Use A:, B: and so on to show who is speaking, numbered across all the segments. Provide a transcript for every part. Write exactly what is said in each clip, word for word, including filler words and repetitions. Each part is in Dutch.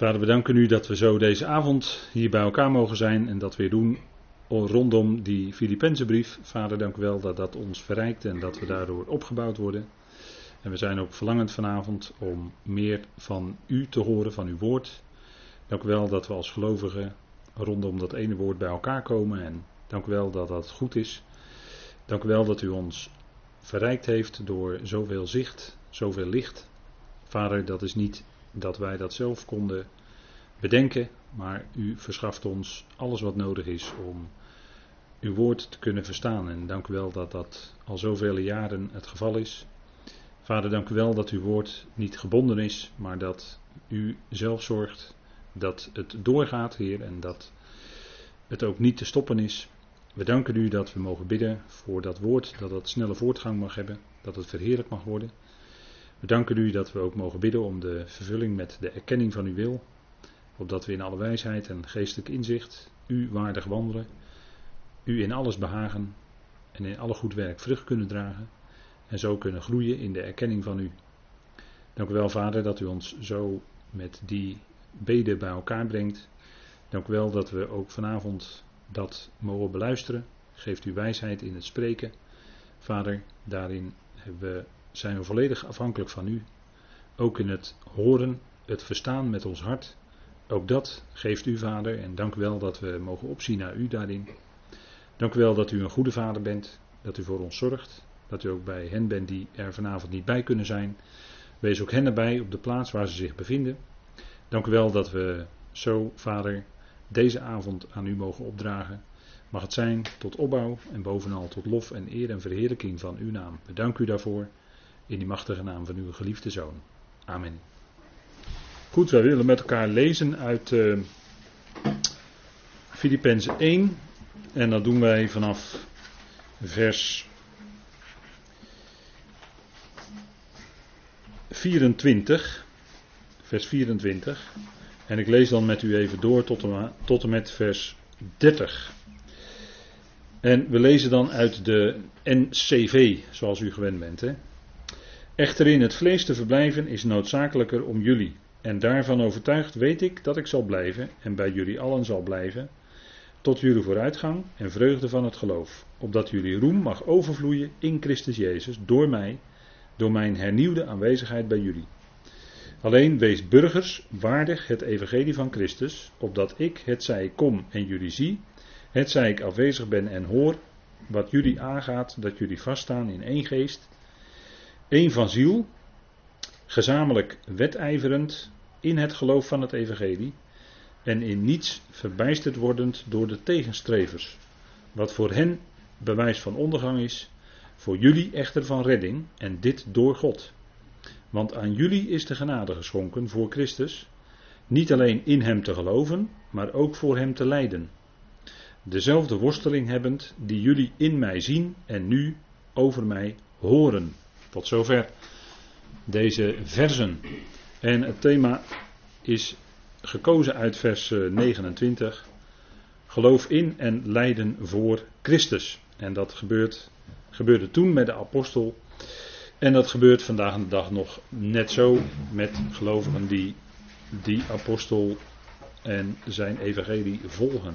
A: Vader, we danken u dat we zo deze avond hier bij elkaar mogen zijn en dat weer doen rondom die Filippenzenbrief. Vader, dank u wel dat dat ons verrijkt en dat we daardoor opgebouwd worden. En we zijn ook verlangend vanavond om meer van u te horen, van uw woord. Dank u wel dat we als gelovigen rondom dat ene woord bij elkaar komen en dank u wel dat dat goed is. Dank u wel dat u ons verrijkt heeft door zoveel zicht, zoveel licht. Vader, dat is niet dat wij dat zelf konden bedenken, maar u verschaft ons alles wat nodig is om uw woord te kunnen verstaan. En dank u wel dat dat al zoveel jaren het geval is. Vader, dank u wel dat uw woord niet gebonden is, maar dat u zelf zorgt dat het doorgaat, Heer, en dat het ook niet te stoppen is. We danken u dat we mogen bidden voor dat woord, dat het snelle voortgang mag hebben, dat het verheerlijk mag worden. We danken u dat we ook mogen bidden om de vervulling met de erkenning van uw wil, opdat we in alle wijsheid en geestelijk inzicht u waardig wandelen, u in alles behagen en in alle goed werk vrucht kunnen dragen en zo kunnen groeien in de erkenning van u. Dank u wel, Vader, dat u ons zo met die beden bij elkaar brengt. Dank u wel dat we ook vanavond dat mogen beluisteren. Geeft u wijsheid in het spreken. Vader, daarin hebben we, zijn we volledig afhankelijk van u. Ook in het horen, het verstaan met ons hart. Ook dat geeft u, Vader. En dank u wel dat we mogen opzien naar u daarin. Dank u wel dat u een goede Vader bent. Dat u voor ons zorgt. Dat u ook bij hen bent die er vanavond niet bij kunnen zijn. Wees ook hen erbij op de plaats waar ze zich bevinden. Dank u wel dat we zo, Vader, deze avond aan u mogen opdragen. Mag het zijn tot opbouw en bovenal tot lof en eer en verheerlijking van uw naam. We danken u daarvoor in die machtige naam van uw geliefde Zoon. Amen. Goed, wij willen met elkaar lezen uit uh, Filippenzen één. En dat doen wij vanaf vers vierentwintig. Vers vierentwintig. En ik lees dan met u even door tot en, tot en met vers dertig. En we lezen dan uit de N C V, zoals u gewend bent. Hè? Echter in het vlees te verblijven is noodzakelijker om jullie. En daarvan overtuigd weet ik dat ik zal blijven en bij jullie allen zal blijven. Tot jullie vooruitgang en vreugde van het geloof. Opdat jullie roem mag overvloeien in Christus Jezus door mij. Door mijn hernieuwde aanwezigheid bij jullie. Alleen wees burgers waardig het evangelie van Christus, opdat ik, hetzij ik kom en jullie zie, hetzij ik afwezig ben en hoor, wat jullie aangaat, dat jullie vaststaan in één geest, één van ziel, gezamenlijk wedijverend in het geloof van het evangelie, en in niets verbijsterd wordend door de tegenstrevers, wat voor hen bewijs van ondergang is, voor jullie echter van redding, en dit door God. Want aan jullie is de genade geschonken voor Christus, niet alleen in hem te geloven, maar ook voor hem te lijden. Dezelfde worsteling hebbend die jullie in mij zien en nu over mij horen. Tot zover deze versen. En het thema is gekozen uit vers negenentwintig. Geloof in en lijden voor Christus. En dat gebeurt, gebeurde toen met de apostel. En dat gebeurt vandaag de dag nog net zo met gelovigen die die apostel en zijn evangelie volgen.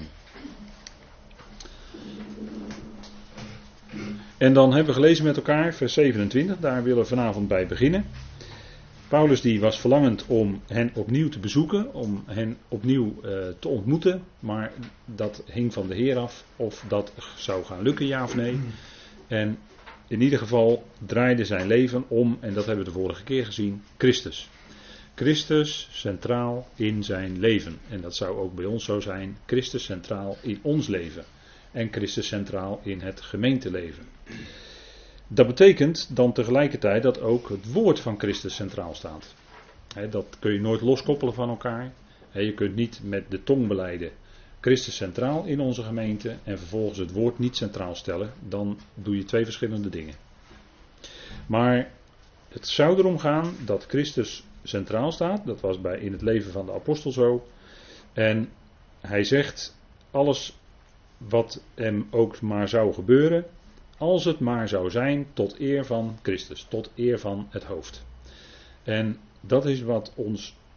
A: En dan hebben we gelezen met elkaar vers zevenentwintig, daar willen we vanavond bij beginnen. Paulus die was verlangend om hen opnieuw te bezoeken, om hen opnieuw uh, te ontmoeten, maar dat hing van de Heer af of dat zou gaan lukken, ja of nee. En in ieder geval draaide zijn leven om, en dat hebben we de vorige keer gezien, Christus. Christus centraal in zijn leven. En dat zou ook bij ons zo zijn, Christus centraal in ons leven. En Christus centraal in het gemeenteleven. Dat betekent dan tegelijkertijd dat ook het woord van Christus centraal staat. He, dat kun je nooit loskoppelen van elkaar. He, je kunt niet met de tong belijden Christus centraal in onze gemeente en vervolgens het woord niet centraal stellen. Dan doe je twee verschillende dingen. Maar het zou erom gaan dat Christus centraal staat. Dat was bij in het leven van de apostel zo. En hij zegt alles wat hem ook maar zou gebeuren, als het maar zou zijn tot eer van Christus, tot eer van het hoofd. En dat is wat ons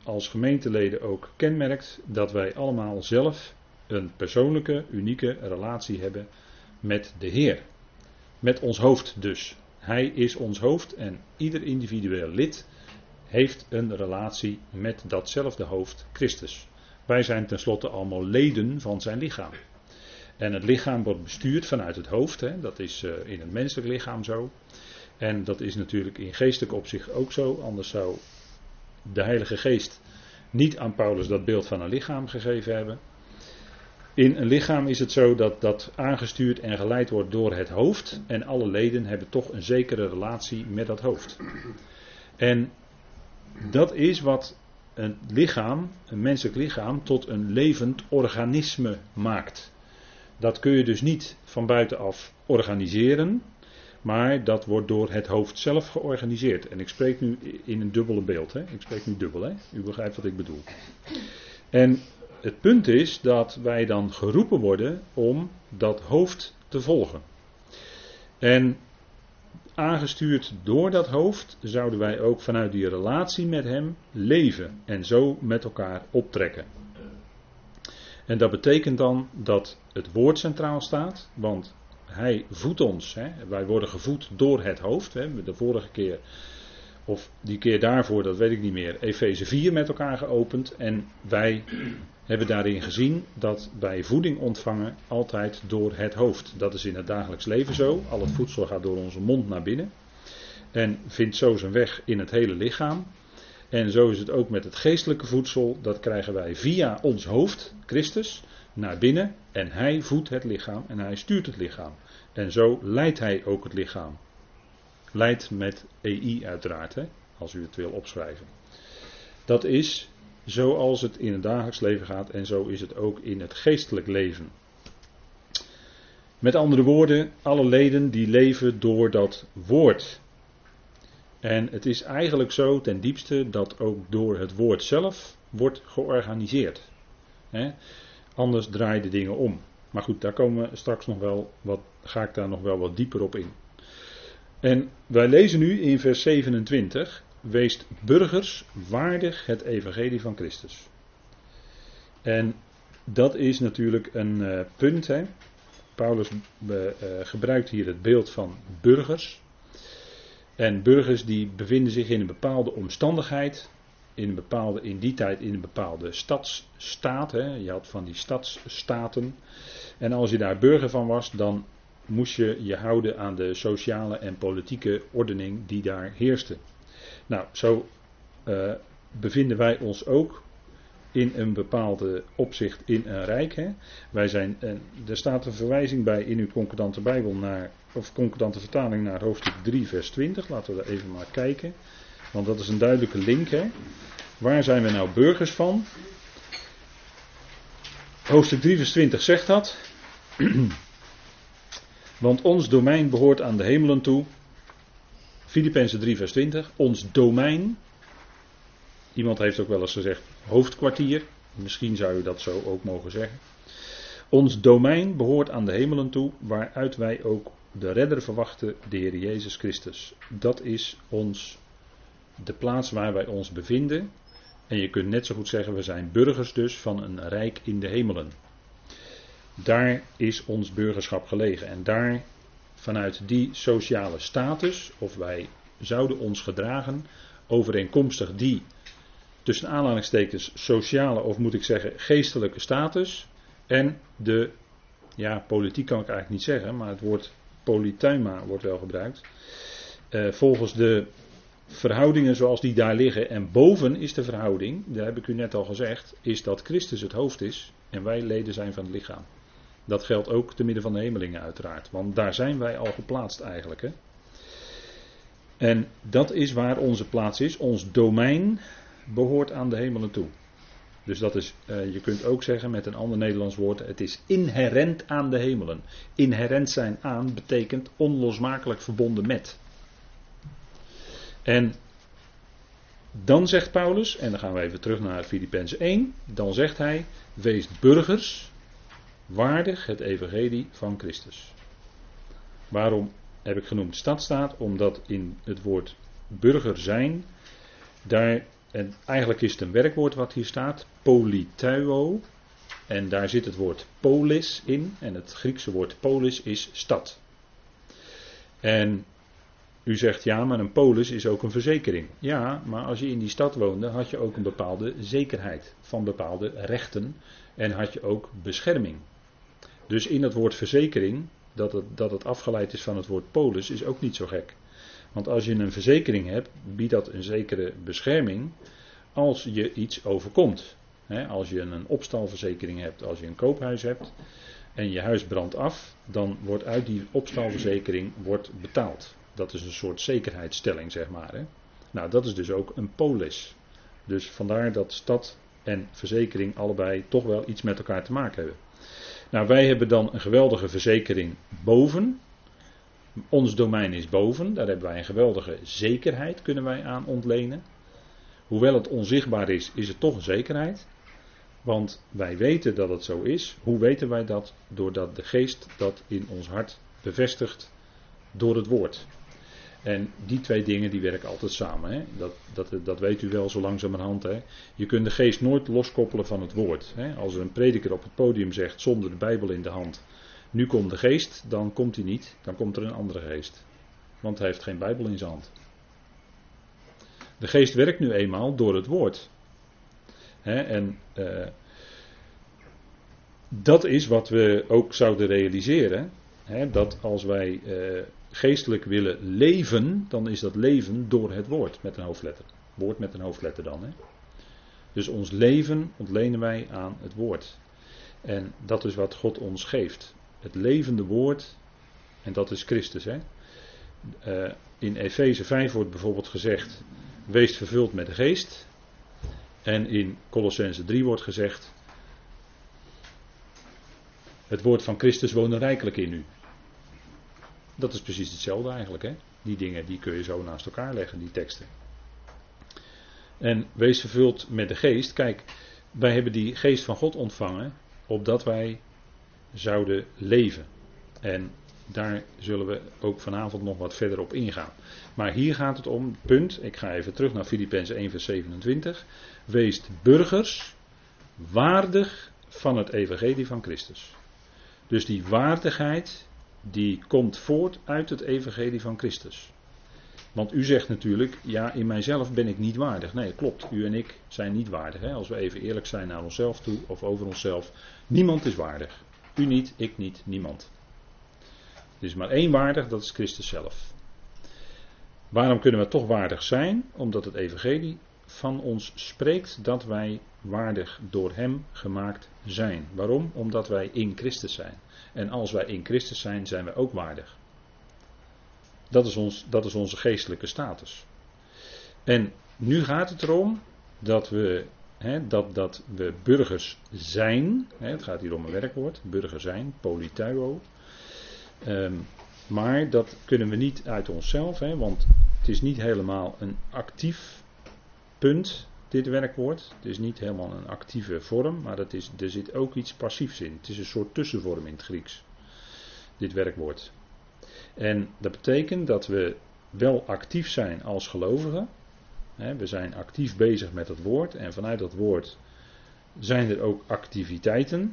A: als gemeenteleden ook kenmerkt, dat wij allemaal zelf een persoonlijke, unieke relatie hebben met de Heer. Met ons hoofd dus. Hij is ons hoofd en ieder individueel lid heeft een relatie met datzelfde hoofd, Christus. Wij zijn tenslotte allemaal leden van zijn lichaam. En het lichaam wordt bestuurd vanuit het hoofd. Hè. Dat is uh, in het menselijk lichaam zo. En dat is natuurlijk in geestelijk opzicht ook zo. Anders zou de Heilige Geest niet aan Paulus dat beeld van een lichaam gegeven hebben. In een lichaam is het zo dat dat aangestuurd en geleid wordt door het hoofd. En alle leden hebben toch een zekere relatie met dat hoofd. En dat is wat een lichaam, een menselijk lichaam, tot een levend organisme maakt. Dat kun je dus niet van buitenaf organiseren, maar dat wordt door het hoofd zelf georganiseerd. En ik spreek nu in een dubbele beeld. Hè? Ik spreek nu dubbel, hè? U begrijpt wat ik bedoel. En het punt is dat wij dan geroepen worden om dat hoofd te volgen. En aangestuurd door dat hoofd zouden wij ook vanuit die relatie met hem leven en zo met elkaar optrekken. En dat betekent dan dat het woord centraal staat, want hij voedt ons. Hè. Wij worden gevoed door het hoofd. We hebben de vorige keer, of die keer daarvoor, dat weet ik niet meer, Efeze vier met elkaar geopend. En wij hebben daarin gezien dat wij voeding ontvangen altijd door het hoofd. Dat is in het dagelijks leven zo. Al het voedsel gaat door onze mond naar binnen. En vindt zo zijn weg in het hele lichaam. En zo is het ook met het geestelijke voedsel. Dat krijgen wij via ons hoofd, Christus, naar binnen. En hij voedt het lichaam en hij stuurt het lichaam. En zo leidt hij ook het lichaam. Leidt met E I uiteraard, hè, als u het wil opschrijven. Dat is zoals het in het dagelijks leven gaat en zo is het ook in het geestelijk leven. Met andere woorden, alle leden die leven door dat woord. En het is eigenlijk zo ten diepste dat ook door het woord zelf wordt georganiseerd. He? Anders draaien de dingen om. Maar goed, daar komen we straks nog wel wat, ga ik daar nog wel wat dieper op in. En wij lezen nu in vers zevenentwintig. Wees burgers waardig het evangelie van Christus. En dat is natuurlijk een uh, punt. Hè? Paulus uh, uh, gebruikt hier het beeld van burgers. En burgers die bevinden zich in een bepaalde omstandigheid. In, een bepaalde, in die tijd in een bepaalde stadsstaat. Hè? Je had van die stadsstaten. En als je daar burger van was, dan moest je je houden aan de sociale en politieke ordening die daar heerste. Nou, zo uh, bevinden wij ons ook in een bepaalde opzicht in een rijk. Hè. Wij zijn, uh, er staat een verwijzing bij in uw concordante Bijbel naar, of concordante vertaling naar hoofdstuk drie vers twintig. Laten we daar even maar kijken. Want dat is een duidelijke link. Hè. Waar zijn we nou burgers van? Hoofdstuk drie vers twintig zegt dat. Want ons domein behoort aan de hemelen toe. Filippenzen drie vers twintig. Ons domein. Iemand heeft ook wel eens gezegd hoofdkwartier. Misschien zou je dat zo ook mogen zeggen. Ons domein behoort aan de hemelen toe. Waaruit wij ook de redder verwachten, de Heer Jezus Christus. Dat is ons, de plaats waar wij ons bevinden. En je kunt net zo goed zeggen, we zijn burgers dus van een rijk in de hemelen. Daar is ons burgerschap gelegen. En daar, vanuit die sociale status, of wij zouden ons gedragen, overeenkomstig die, tussen aanhalingstekens, sociale, of moet ik zeggen, geestelijke status, en de, ja, politiek kan ik eigenlijk niet zeggen, maar het woord polyteuma wordt wel gebruikt. Uh, volgens de verhoudingen zoals die daar liggen, en boven is de verhouding, daar heb ik u net al gezegd, is dat Christus het hoofd is, en wij leden zijn van het lichaam. Dat geldt ook te midden van de hemelingen uiteraard. Want daar zijn wij al geplaatst eigenlijk. Hè? En dat is waar onze plaats is. Ons domein behoort aan de hemelen toe. Dus dat is, uh, je kunt ook zeggen met een ander Nederlands woord. Het is inherent aan de hemelen. Inherent zijn aan betekent onlosmakelijk verbonden met. En dan zegt Paulus, en dan gaan we even terug naar Filippenzen één. Dan zegt hij, wees burgers waardig het evangelie van Christus. Waarom heb ik genoemd stadstaat? Omdat in het woord burger zijn, daar en eigenlijk is het een werkwoord wat hier staat, polituo. En daar zit het woord polis in. En het Griekse woord polis is stad. En u zegt ja, maar een polis is ook een verzekering. Ja, maar als je in die stad woonde, had je ook een bepaalde zekerheid van bepaalde rechten. En had je ook bescherming. Dus in het woord verzekering, dat het, dat het afgeleid is van het woord polis, is ook niet zo gek. Want als je een verzekering hebt, biedt dat een zekere bescherming als je iets overkomt. He, als je een opstalverzekering hebt, als je een koophuis hebt en je huis brandt af, dan wordt uit die opstalverzekering wordt betaald. Dat is een soort zekerheidsstelling, zeg maar. He. Nou, dat is dus ook een polis. Dus vandaar dat stad en verzekering allebei toch wel iets met elkaar te maken hebben. Nou, wij hebben dan een geweldige verzekering boven. Ons domein is boven, daar hebben wij een geweldige zekerheid, kunnen wij aan ontlenen. Hoewel het onzichtbaar is, is het toch een zekerheid. Want wij weten dat het zo is. Hoe weten wij dat? Doordat de geest dat in ons hart bevestigt door het woord. En die twee dingen die werken altijd samen. Hè? Dat, dat, dat weet u wel zo langzamerhand. Hè? Je kunt de geest nooit loskoppelen van het woord. Hè? Als een prediker op het podium zegt zonder de Bijbel in de hand, nu komt de geest, dan komt hij niet. Dan komt er een andere geest. Want hij heeft geen Bijbel in zijn hand. De geest werkt nu eenmaal door het woord. Hè? En uh, dat is wat we ook zouden realiseren. Hè? Dat als wij uh, geestelijk willen leven, dan is dat leven door het woord met een hoofdletter. Woord met een hoofdletter dan. Hè? Dus ons leven ontlenen wij aan het woord. En dat is wat God ons geeft. Het levende woord, en dat is Christus. Hè? Uh, in Efeze vijf wordt bijvoorbeeld gezegd, wees vervuld met de geest. En in Colossense drie wordt gezegd, het woord van Christus woont rijkelijk in u. Dat is precies hetzelfde eigenlijk. Hè? Die dingen die kun je zo naast elkaar leggen, die teksten. En wees vervuld met de geest. Kijk, wij hebben die geest van God ontvangen, opdat wij zouden leven. En daar zullen we ook vanavond nog wat verder op ingaan. Maar hier gaat het om, punt, ik ga even terug naar Filippenzen één vers zevenentwintig. Wees burgers waardig van het evangelie van Christus. Dus die waardigheid, die komt voort uit het evangelie van Christus. Want u zegt natuurlijk, ja, in mijzelf ben ik niet waardig. Nee, klopt, u en ik zijn niet waardig. Hè? Als we even eerlijk zijn naar onszelf toe, of over onszelf. Niemand is waardig. U niet, ik niet, niemand. Er is maar één waardig, dat is Christus zelf. Waarom kunnen we toch waardig zijn? Omdat het evangelie van ons spreekt dat wij waardig door hem gemaakt zijn. Waarom? Omdat wij in Christus zijn. En als wij in Christus zijn, zijn wij ook waardig. Dat is, ons, dat is onze geestelijke status. En nu gaat het erom dat we, hè, dat, dat we burgers zijn. Hè, het gaat hier om een werkwoord. Burger zijn, polituo. Um, maar dat kunnen we niet uit onszelf. Hè, want het is niet helemaal een actief punt, dit werkwoord. Het is niet helemaal een actieve vorm. Maar dat is, er zit ook iets passiefs in. Het is een soort tussenvorm in het Grieks. Dit werkwoord. En dat betekent dat we wel actief zijn als gelovigen. We zijn actief bezig met het woord. En vanuit dat woord zijn er ook activiteiten.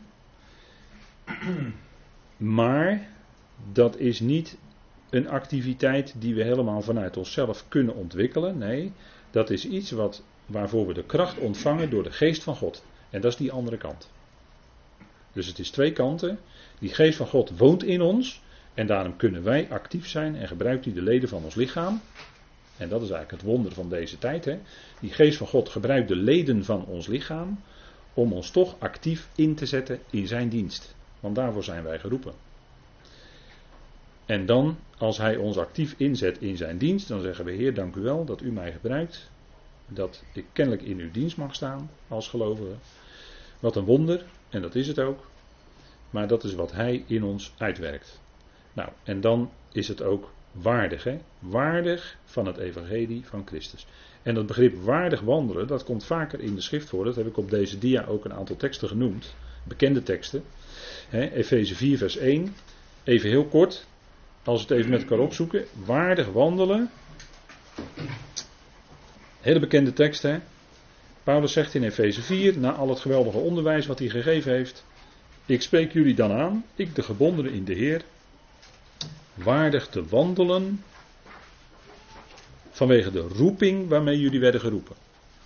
A: Maar dat is niet een activiteit die we helemaal vanuit onszelf kunnen ontwikkelen. Nee, dat is iets wat, waarvoor we de kracht ontvangen door de geest van God. En dat is die andere kant. Dus het is twee kanten. Die geest van God woont in ons. En daarom kunnen wij actief zijn en gebruikt hij de leden van ons lichaam. En dat is eigenlijk het wonder van deze tijd. Hè? Die geest van God gebruikt de leden van ons lichaam om ons toch actief in te zetten in zijn dienst. Want daarvoor zijn wij geroepen. En dan, als hij ons actief inzet in zijn dienst, dan zeggen we: Heer, dank u wel dat u mij gebruikt. Dat ik kennelijk in uw dienst mag staan als gelovige. Wat een wonder, en dat is het ook. Maar dat is wat hij in ons uitwerkt. Nou, en dan is het ook waardig, hè? Waardig van het evangelie van Christus. En dat begrip waardig wandelen, dat komt vaker in de schrift voor. Dat heb ik op deze dia ook een aantal teksten genoemd. Bekende teksten. Efeze vier vers één. Even heel kort. Als we het even met elkaar opzoeken. Waardig wandelen. Hele bekende tekst, hè? Paulus zegt in Efeze vier, na al het geweldige onderwijs wat hij gegeven heeft: ik spreek jullie dan aan, ik de gebondenen in de Heer, waardig te wandelen vanwege de roeping waarmee jullie werden geroepen.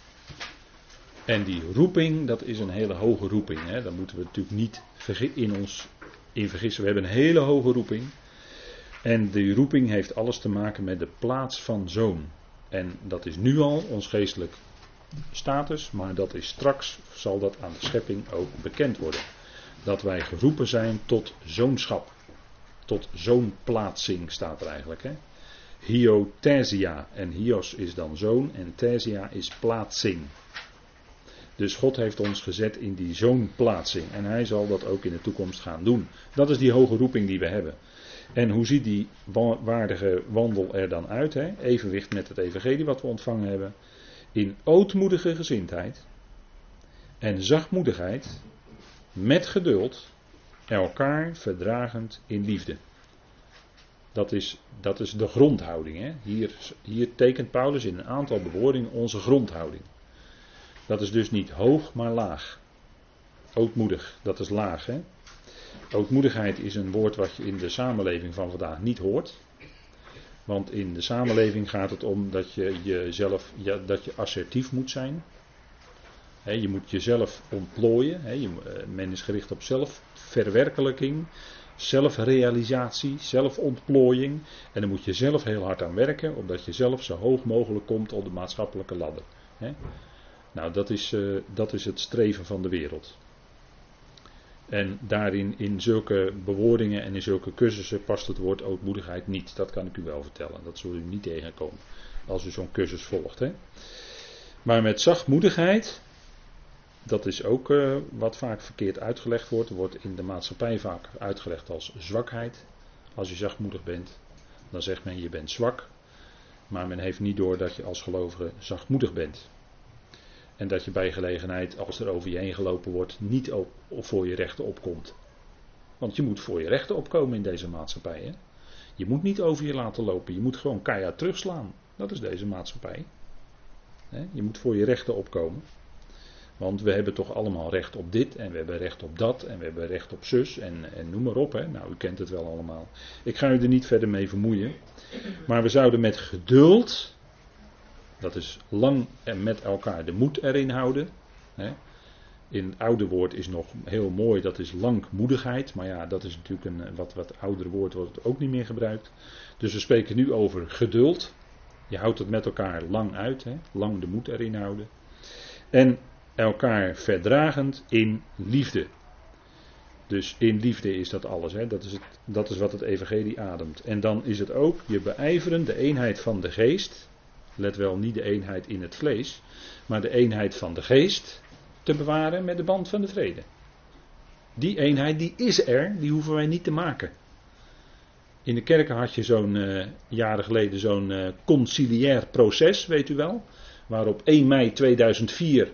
A: En die roeping, dat is een hele hoge roeping. Hè? Daar moeten we natuurlijk niet in ons in vergissen. We hebben een hele hoge roeping. En die roeping heeft alles te maken met de plaats van zoon. En dat is nu al ons geestelijk status, maar dat is straks, zal dat aan de schepping ook bekend worden. Dat wij geroepen zijn tot zoonschap. Tot zoonplaatsing staat er eigenlijk. Hè? Hiothesia. En hios is dan zoon en thesia is plaatsing. Dus God heeft ons gezet in die zoonplaatsing. En hij zal dat ook in de toekomst gaan doen. Dat is die hoge roeping die we hebben. En hoe ziet die waardige wandel er dan uit? Hè? Evenwicht met het evangelie wat we ontvangen hebben. In ootmoedige gezindheid en zachtmoedigheid, met geduld, elkaar verdragend in liefde. Dat is, dat is de grondhouding. Hè? Hier, hier tekent Paulus in een aantal bewoordingen onze grondhouding. Dat is dus niet hoog, maar laag. Ootmoedig, dat is laag. Hè? Ootmoedigheid is een woord wat je in de samenleving van vandaag niet hoort. Want in de samenleving gaat het om dat je jezelf, ja, dat je assertief moet zijn. He, je moet jezelf ontplooien. He, je, men is gericht op zelfverwerkelijking, zelfrealisatie, zelfontplooiing. En daar moet je zelf heel hard aan werken, omdat je zelf zo hoog mogelijk komt op de maatschappelijke ladder. He. Nou, dat is, uh, dat is het streven van de wereld. En daarin, in zulke bewoordingen en in zulke cursussen past het woord ootmoedigheid niet. Dat kan ik u wel vertellen. Dat zult u niet tegenkomen als u zo'n cursus volgt. Hè? Maar met zachtmoedigheid, dat is ook uh, wat vaak verkeerd uitgelegd wordt. Wordt in de maatschappij vaak uitgelegd als zwakheid. Als je zachtmoedig bent, dan zegt men je bent zwak. Maar men heeft niet door dat je als gelovige zachtmoedig bent. En dat je bij gelegenheid, als er over je heen gelopen wordt, niet op, op voor je rechten opkomt. Want je moet voor je rechten opkomen in deze maatschappij. Hè? Je moet niet over je laten lopen. Je moet gewoon keihard terugslaan. Dat is deze maatschappij. Hè? Je moet voor je rechten opkomen. Want we hebben toch allemaal recht op dit. En we hebben recht op dat. En we hebben recht op zus. En, en noem maar op. Hè? Nou, u kent het wel allemaal. Ik ga u er niet verder mee vermoeien. Maar we zouden met geduld... Dat is lang en met elkaar de moed erin houden. Hè. In het oude woord is nog heel mooi, dat is langmoedigheid. Maar ja, dat is natuurlijk een wat, wat ouder woord, wordt ook niet meer gebruikt. Dus we spreken nu over geduld. Je houdt het met elkaar lang uit. Hè. Lang de moed erin houden. En elkaar verdragend in liefde. Dus in liefde is dat alles. Hè. Dat is het, dat is wat het evangelie ademt. En dan is het ook je beijveren de eenheid van de geest... Let wel, niet de eenheid in het vlees, maar de eenheid van de geest te bewaren met de band van de vrede. Die eenheid die is er, die hoeven wij niet te maken. In de kerken had je zo'n uh, jaren geleden zo'n uh, conciliair proces, weet u wel, waarop één mei tweeduizend vier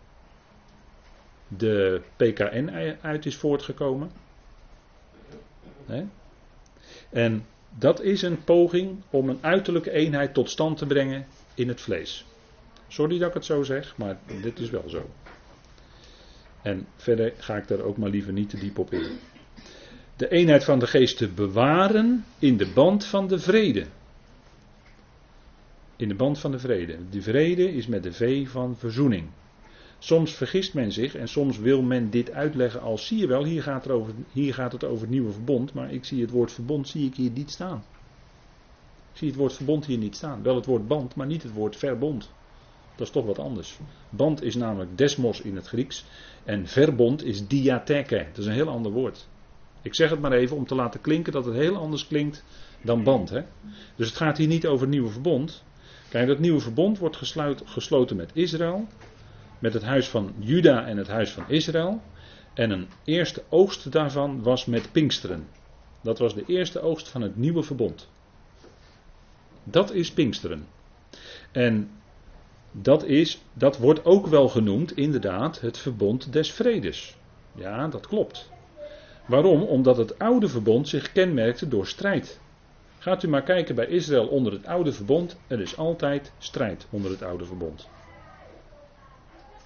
A: de P K N uit is voortgekomen. Hè? En dat is een poging om een uiterlijke eenheid tot stand te brengen in het vlees. Sorry dat ik het zo zeg, maar dit is wel zo. En verder ga ik daar ook maar liever niet te diep op in. De eenheid van de geest te bewaren in de band van de vrede. In de band van de vrede. Die vrede is met de V van verzoening. Soms vergist men zich en soms wil men dit uitleggen als, zie je wel, hier gaat, het over, hier gaat het over het nieuwe verbond, maar ik zie het woord verbond zie ik hier niet staan. Ik zie het woord verbond hier niet staan. Wel het woord band, maar niet het woord verbond. Dat is toch wat anders. Band is namelijk desmos in het Grieks en verbond is diatheke. Dat is een heel ander woord. Ik zeg het maar even om te laten klinken dat het heel anders klinkt dan band. Hè? Dus het gaat hier niet over het nieuwe verbond. Kijk, dat nieuwe verbond wordt gesluit, gesloten met Israël. Met het huis van Juda en het huis van Israël. En een eerste oogst daarvan was met Pinksteren. Dat was de eerste oogst van het nieuwe verbond. Dat is Pinksteren. En dat, is, dat wordt ook wel genoemd inderdaad het verbond des vredes. Ja, dat klopt. Waarom? Omdat het oude verbond zich kenmerkte door strijd. Gaat u maar kijken bij Israël onder het oude verbond. Er is altijd strijd onder het oude verbond.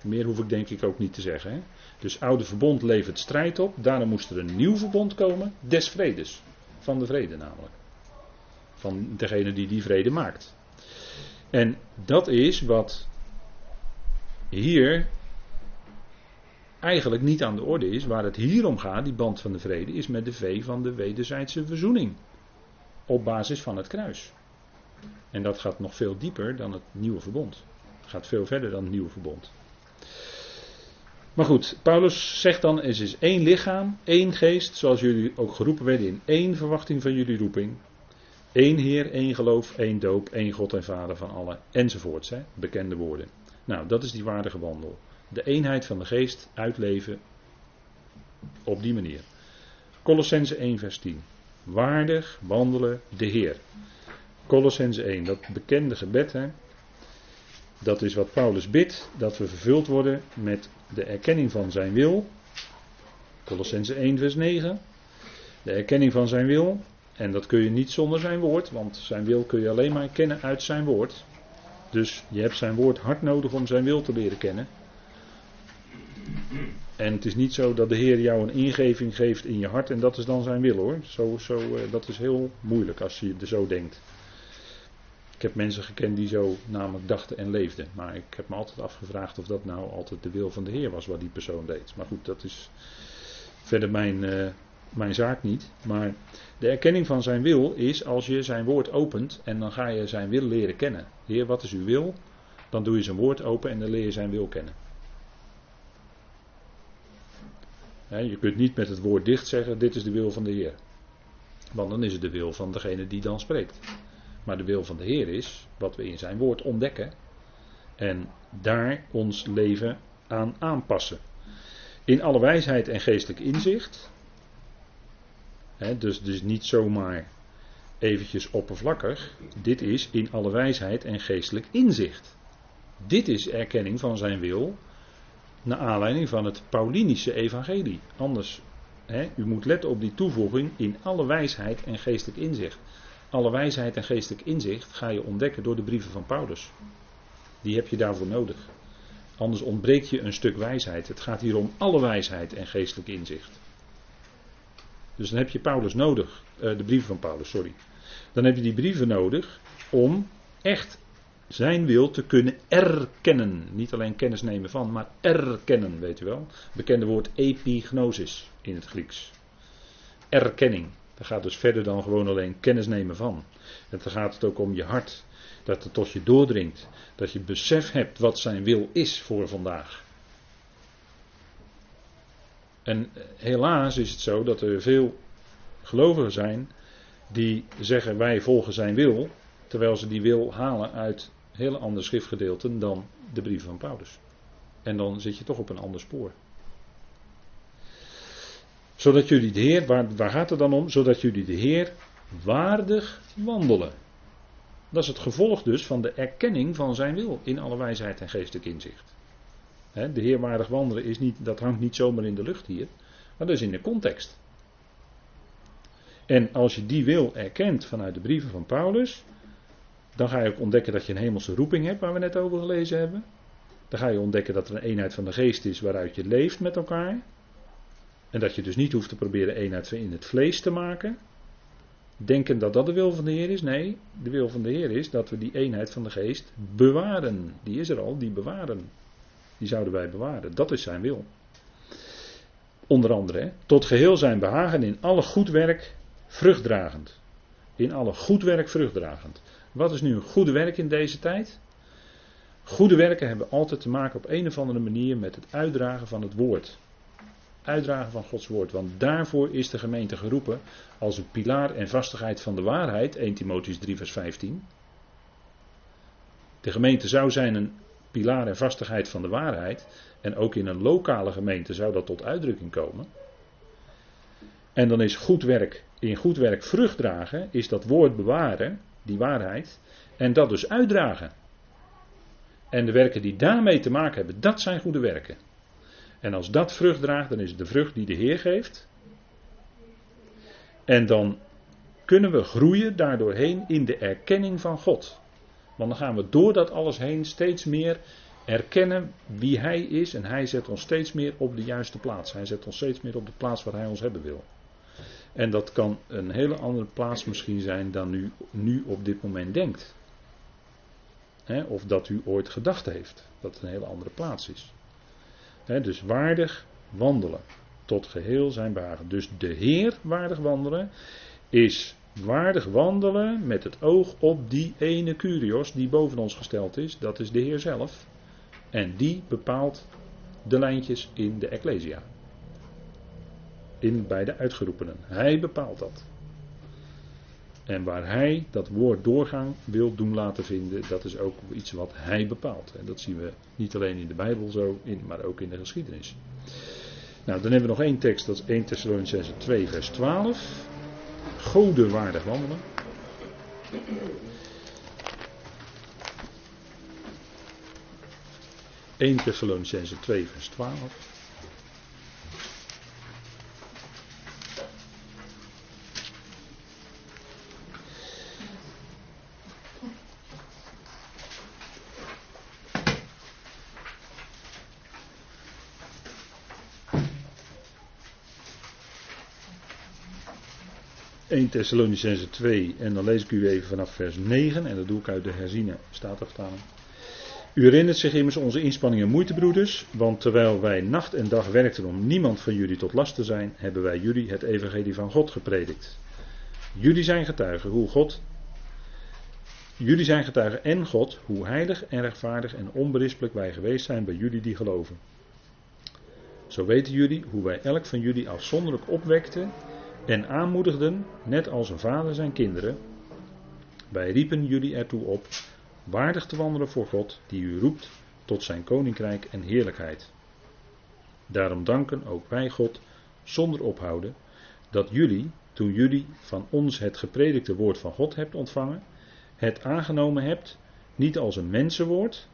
A: Meer hoef ik denk ik ook niet te zeggen. Hè? Dus oude verbond levert strijd op. Daarom moest er een nieuw verbond komen. Des vredes. Van de vrede namelijk. Van degene die die vrede maakt. En dat is wat hier eigenlijk niet aan de orde is. Waar het hier om gaat, die band van de vrede, is met de V van de wederzijdse verzoening. Op basis van het kruis. En dat gaat nog veel dieper dan het nieuwe verbond. Het gaat veel verder dan het nieuwe verbond. Maar goed, Paulus zegt dan, er is één lichaam, één geest, zoals jullie ook geroepen werden in één verwachting van jullie roeping. Eén Heer, één geloof, één doop, één God en Vader van allen, enzovoorts. Hè? Bekende woorden. Nou, dat is die waardige wandel. De eenheid van de geest uitleven op die manier. Kolossenzen één vers tien. Waardig wandelen de Heer. Kolossenzen één, dat bekende gebed. Hè? Dat is wat Paulus bidt, dat we vervuld worden met de erkenning van zijn wil. Kolossenzen één vers negen. De erkenning van zijn wil. En dat kun je niet zonder zijn woord, want zijn wil kun je alleen maar kennen uit zijn woord. Dus je hebt zijn woord hard nodig om zijn wil te leren kennen. En het is niet zo dat de Heer jou een ingeving geeft in je hart en dat is dan zijn wil hoor. Zo, zo, dat is heel moeilijk als je er zo denkt. Ik heb mensen gekend die zo namelijk dachten en leefden. Maar ik heb me altijd afgevraagd of dat nou altijd de wil van de Heer was wat die persoon deed. Maar goed, dat is verder mijn, uh, mijn zaak niet. Maar de erkenning van zijn wil is als je zijn woord opent en dan ga je zijn wil leren kennen. Heer, wat is uw wil? Dan doe je zijn woord open en dan leer je zijn wil kennen. He, je kunt niet met het woord dicht zeggen, dit is de wil van de Heer. Want dan is het de wil van degene die dan spreekt. Maar de wil van de Heer is wat we in zijn woord ontdekken. En daar ons leven aan aanpassen. In alle wijsheid en geestelijk inzicht. He, dus, dus niet zomaar eventjes oppervlakkig. Dit is in alle wijsheid en geestelijk inzicht. Dit is erkenning van zijn wil. Naar aanleiding van het Paulinische evangelie. Anders, he, u moet letten op die toevoeging in alle wijsheid en geestelijk inzicht. Alle wijsheid en geestelijk inzicht ga je ontdekken door de brieven van Paulus. Die heb je daarvoor nodig. Anders ontbreekt je een stuk wijsheid. Het gaat hier om alle wijsheid en geestelijk inzicht. Dus dan heb je Paulus nodig. Uh, de brieven van Paulus, sorry. Dan heb je die brieven nodig om echt zijn wil te kunnen erkennen. Niet alleen kennis nemen van, maar erkennen, weet u wel. Bekende woord epignosis in het Grieks. Erkenning. Dat gaat dus verder dan gewoon alleen kennis nemen van. En dan gaat het ook om je hart. Dat het tot je doordringt. Dat je besef hebt wat zijn wil is voor vandaag. En helaas is het zo dat er veel gelovigen zijn die zeggen wij volgen zijn wil. Terwijl ze die wil halen uit hele andere schriftgedeelten dan de brieven van Paulus. En dan zit je toch op een ander spoor. Zodat jullie de Heer, waar, waar gaat het dan om? Zodat jullie de Heer waardig wandelen. Dat is het gevolg dus van de erkenning van zijn wil in alle wijsheid en geestelijk inzicht. He, de Heer waardig wandelen is niet, dat hangt niet zomaar in de lucht hier, maar dat is in de context. En als je die wil erkent vanuit de brieven van Paulus, dan ga je ook ontdekken dat je een hemelse roeping hebt waar we net over gelezen hebben. Dan ga je ontdekken dat er een eenheid van de geest is waaruit je leeft met elkaar. En dat je dus niet hoeft te proberen eenheid in het vlees te maken. Denken dat dat de wil van de Heer is. Nee, de wil van de Heer is dat we die eenheid van de geest bewaren. Die is er al, die bewaren. Die zouden wij bewaren. Dat is zijn wil. Onder andere, hè, tot geheel zijn behagen in alle goed werk vruchtdragend. In alle goed werk vruchtdragend. Wat is nu een goede werk in deze tijd? Goede werken hebben altijd te maken op een of andere manier met het uitdragen van het woord. Uitdragen van Gods woord. Want daarvoor is de gemeente geroepen als een pilaar en vastigheid van de waarheid. Eerste Timotheüs drie vers vijftien. De gemeente zou zijn een pilaar en vastigheid van de waarheid. En ook in een lokale gemeente zou dat tot uitdrukking komen. En dan is goed werk, in goed werk vrucht dragen, is dat woord bewaren, die waarheid. En dat dus uitdragen. En de werken die daarmee te maken hebben, dat zijn goede werken. En als dat vrucht draagt, dan is het de vrucht die de Heer geeft. En dan kunnen we groeien daardoorheen in de erkenning van God. Want dan gaan we door dat alles heen steeds meer erkennen wie hij is en hij zet ons steeds meer op de juiste plaats. Hij zet ons steeds meer op de plaats waar hij ons hebben wil. En dat kan een hele andere plaats misschien zijn dan u nu op dit moment denkt. He, of dat u ooit gedacht heeft dat het een hele andere plaats is. He, dus waardig wandelen tot geheel zijn behagen. Dus de Heer waardig wandelen is waardig wandelen met het oog op die ene Kyrios die boven ons gesteld is. Dat is de Heer zelf. En die bepaalt de lijntjes in de Ecclesia. In, bij de uitgeroepenen. Hij bepaalt dat. En waar hij dat woord doorgang wil doen laten vinden, dat is ook iets wat hij bepaalt. En dat zien we niet alleen in de Bijbel zo, in, maar ook in de geschiedenis. Nou, dan hebben we nog één tekst, dat is eerste Thessalonicenzen twee vers twaalf. Gode waardig wandelen. eerste Thessalonicenzen twee vers twaalf. eerste Thessalonicenzen twee en dan lees ik u even vanaf vers negen en dat doe ik uit de herziene statenvertaling. U herinnert zich immers onze inspanning en moeite, broeders, want terwijl wij nacht en dag werkten om niemand van jullie tot last te zijn, hebben wij jullie het evangelie van God gepredikt. Jullie zijn getuigen hoe God, jullie zijn getuigen en God, hoe heilig en rechtvaardig en onberispelijk wij geweest zijn bij jullie die geloven. Zo weten jullie hoe wij elk van jullie afzonderlijk opwekten en aanmoedigden, net als een vader zijn kinderen. Wij riepen jullie ertoe op waardig te wandelen voor God, die u roept tot zijn koninkrijk en heerlijkheid. Daarom danken ook wij God zonder ophouden, dat jullie, toen jullie van ons het gepredikte woord van God hebt ontvangen, het aangenomen hebt, niet als een mensenwoord,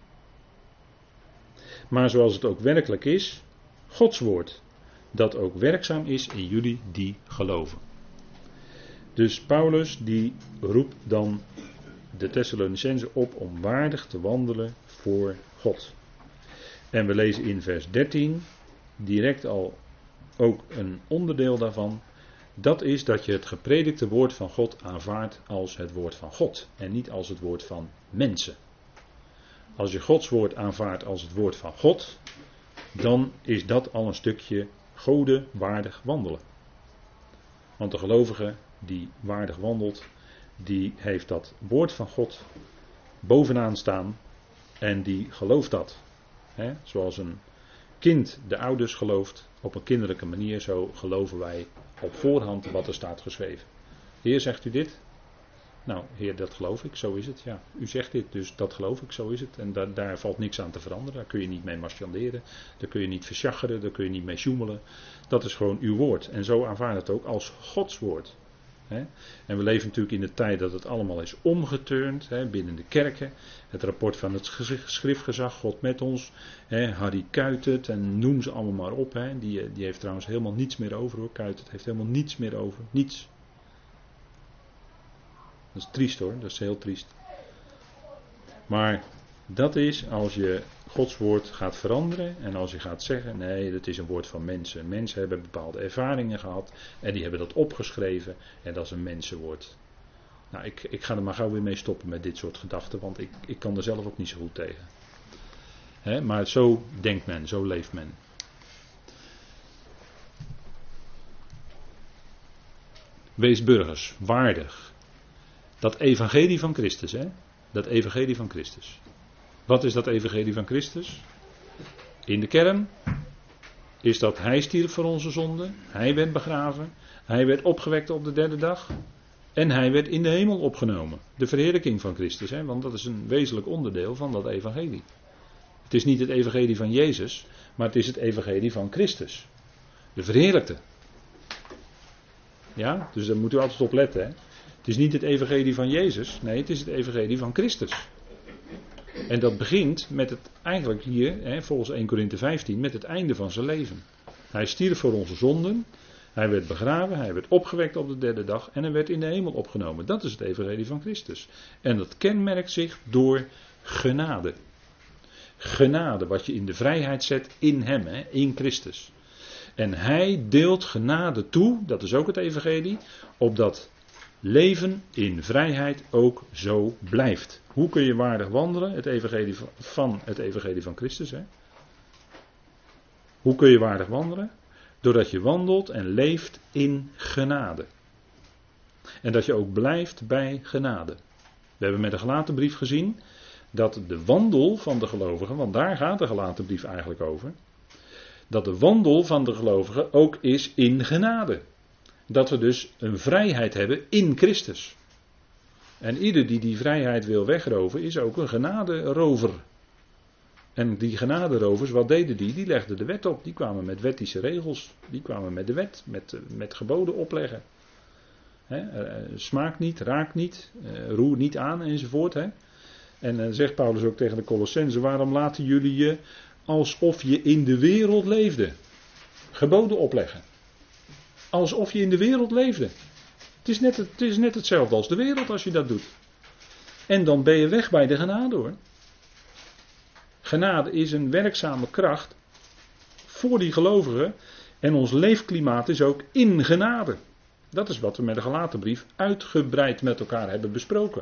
A: maar zoals het ook werkelijk is, Gods woord, dat ook werkzaam is in jullie die geloven. Dus Paulus die roept dan de Thessalonicenzen op om waardig te wandelen voor God. En we lezen in vers dertien direct al ook een onderdeel daarvan. Dat is dat je het gepredikte woord van God aanvaardt als het woord van God en niet als het woord van mensen. Als je Gods woord aanvaardt als het woord van God, dan is dat al een stukje gode waardig wandelen. Want de gelovige die waardig wandelt, die heeft dat woord van God bovenaan staan en die gelooft dat. He, zoals een kind de ouders gelooft op een kinderlijke manier, zo geloven wij op voorhand wat er staat geschreven. Heer, zegt u dit? Nou, Heer, dat geloof ik, zo is het. Ja, u zegt dit, dus dat geloof ik, zo is het. En da- daar valt niks aan te veranderen. Daar kun je niet mee marchanderen. Daar kun je niet verschacheren. Daar kun je niet mee sjoemelen. Dat is gewoon uw woord. En zo aanvaard het ook als Gods woord. He? En we leven natuurlijk in de tijd dat het allemaal is omgeturnd, he, binnen de kerken. Het rapport van het schriftgezag, God met ons. He, Harry Kuitert en noem ze allemaal maar op. He. Die, die heeft trouwens helemaal niets meer over hoor. Kuitert heeft helemaal niets meer over. Niets. Dat is triest hoor, dat is heel triest. Maar dat is als je Gods woord gaat veranderen en als je gaat zeggen, nee, dat is een woord van mensen. Mensen hebben bepaalde ervaringen gehad en die hebben dat opgeschreven en dat is een mensenwoord. Nou, ik, ik ga er maar gauw weer mee stoppen met dit soort gedachten, want ik, ik kan er zelf ook niet zo goed tegen. He, maar zo denkt men, zo leeft men. Wees burgers, waardig. Dat evangelie van Christus, hè? Dat evangelie van Christus. Wat is dat evangelie van Christus? In de kern is dat hij stierf voor onze zonden, hij werd begraven, hij werd opgewekt op de derde dag en hij werd in de hemel opgenomen. De verheerlijking van Christus, hè? Want dat is een wezenlijk onderdeel van dat evangelie. Het is niet het evangelie van Jezus, maar het is het evangelie van Christus. De verheerlijkte. Ja, dus daar moet u altijd op letten, hè? Het is niet het evangelie van Jezus, nee, het is het evangelie van Christus. En dat begint met het, eigenlijk hier, hè, volgens eerste Korinthe vijftien, met het einde van zijn leven. Hij stierf voor onze zonden, hij werd begraven, hij werd opgewekt op de derde dag en hij werd in de hemel opgenomen. Dat is het evangelie van Christus. En dat kenmerkt zich door genade. genade, wat je in de vrijheid zet in hem, hè, in Christus. En hij deelt genade toe, dat is ook het evangelie, opdat leven in vrijheid ook zo blijft. Hoe kun je waardig wandelen? Het evangelie van het evangelie van Christus. Hè? Hoe kun je waardig wandelen? Doordat je wandelt en leeft in genade. En dat je ook blijft bij genade. We hebben met de Galatenbrief gezien dat de wandel van de gelovigen, want daar gaat de Galatenbrief eigenlijk over, dat de wandel van de gelovigen ook is in genade. Dat we dus een vrijheid hebben in Christus. En ieder die die vrijheid wil wegroven is ook een genaderover. En die genaderovers, wat deden die? Die legden de wet op. Die kwamen met wettische regels. Die kwamen met de wet, met, met geboden opleggen. He, uh, smaak niet, raak niet, uh, roer niet aan enzovoort. He. En dan uh, zegt Paulus ook tegen de Colossenzen, waarom laten jullie je alsof je in de wereld leefde? Geboden opleggen. Alsof je in de wereld leefde. Het is, net, het is net hetzelfde als de wereld als je dat doet. En dan ben je weg bij de genade hoor. Genade is een werkzame kracht voor die gelovigen. En ons leefklimaat is ook in genade. Dat is wat we met de Galatenbrief uitgebreid met elkaar hebben besproken.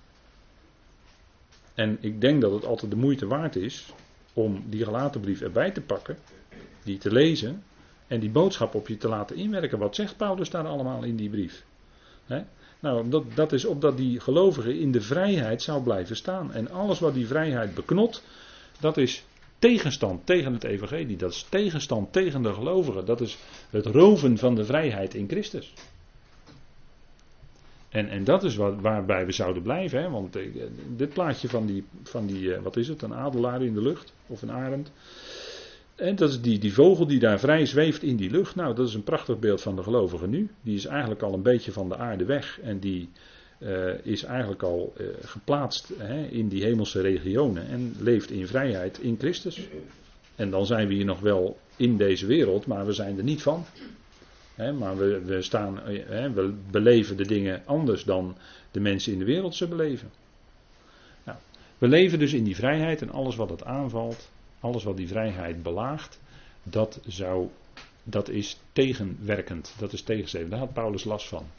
A: En ik denk dat het altijd de moeite waard is om die Galatenbrief erbij te pakken, die te lezen en die boodschap op je te laten inwerken. Wat zegt Paulus daar allemaal in die brief? He? Nou, dat, dat is opdat die gelovige in de vrijheid zou blijven staan. En alles wat die vrijheid beknot, dat is tegenstand tegen het evangelie. Dat is tegenstand tegen de gelovigen. Dat is het roven van de vrijheid in Christus. En, en dat is wat, waarbij we zouden blijven. Hè? Want eh, dit plaatje van die, van die eh, wat is het, een adelaar in de lucht. Of een arend. En dat is die, die vogel die daar vrij zweeft in die lucht. Nou, dat is een prachtig beeld van de gelovigen nu. Die is eigenlijk al een beetje van de aarde weg. En die uh, is eigenlijk al uh, geplaatst hè, in die hemelse regionen. En leeft in vrijheid in Christus. En dan zijn we hier nog wel in deze wereld, maar we zijn er niet van. Hè, maar we, we, staan, hè, we beleven de dingen anders dan de mensen in de wereld ze beleven. Nou, we leven dus in die vrijheid en alles wat het aanvalt. Alles wat die vrijheid belaagt, dat, zou, dat is tegenwerkend. Dat is tegenstreven. Daar had Paulus last van.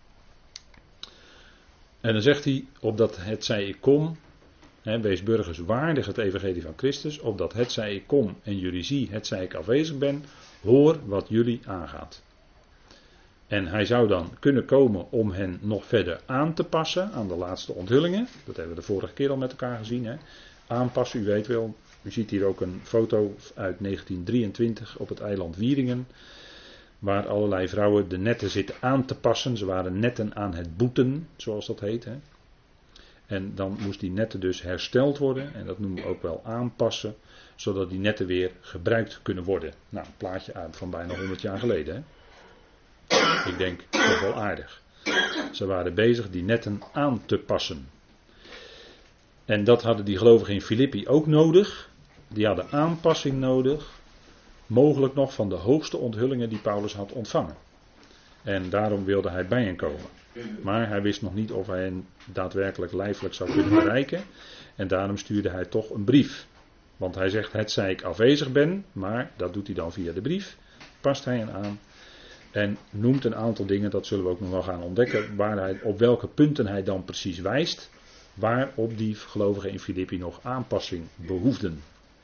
A: En dan zegt hij, opdat het zij ik kom, hè, wees burgers waardig het evangelie van Christus, opdat het zij ik kom en jullie zie, het zij ik afwezig ben, hoor wat jullie aangaat. En hij zou dan kunnen komen om hen nog verder aan te passen aan de laatste onthullingen. Dat hebben we de vorige keer al met elkaar gezien. Hè. Aanpassen, u weet wel. U ziet hier ook een foto uit negentien drieëntwintig op het eiland Wieringen. Waar allerlei vrouwen de netten zitten aan te passen. Ze waren netten aan het boeten, zoals dat heet. Hè. En dan moest die netten dus hersteld worden. En dat noemen we ook wel aanpassen. Zodat die netten weer gebruikt kunnen worden. Nou, een plaatje uit van bijna honderd jaar geleden. Hè. Ik denk toch wel aardig. Ze waren bezig die netten aan te passen. En dat hadden die gelovigen in Filippi ook nodig. Die hadden aanpassing nodig. Mogelijk nog van de hoogste onthullingen die Paulus had ontvangen. En daarom wilde hij bij hen komen. Maar hij wist nog niet of hij hen daadwerkelijk lijfelijk zou kunnen bereiken. En daarom stuurde hij toch een brief. Want hij zegt, het zij ik afwezig ben. Maar dat doet hij dan via de brief. Past hij hen aan. En noemt een aantal dingen, dat zullen we ook nog wel gaan ontdekken. Waar hij, op welke punten hij dan precies wijst. Waarop die gelovigen in Filippi nog aanpassing behoefden.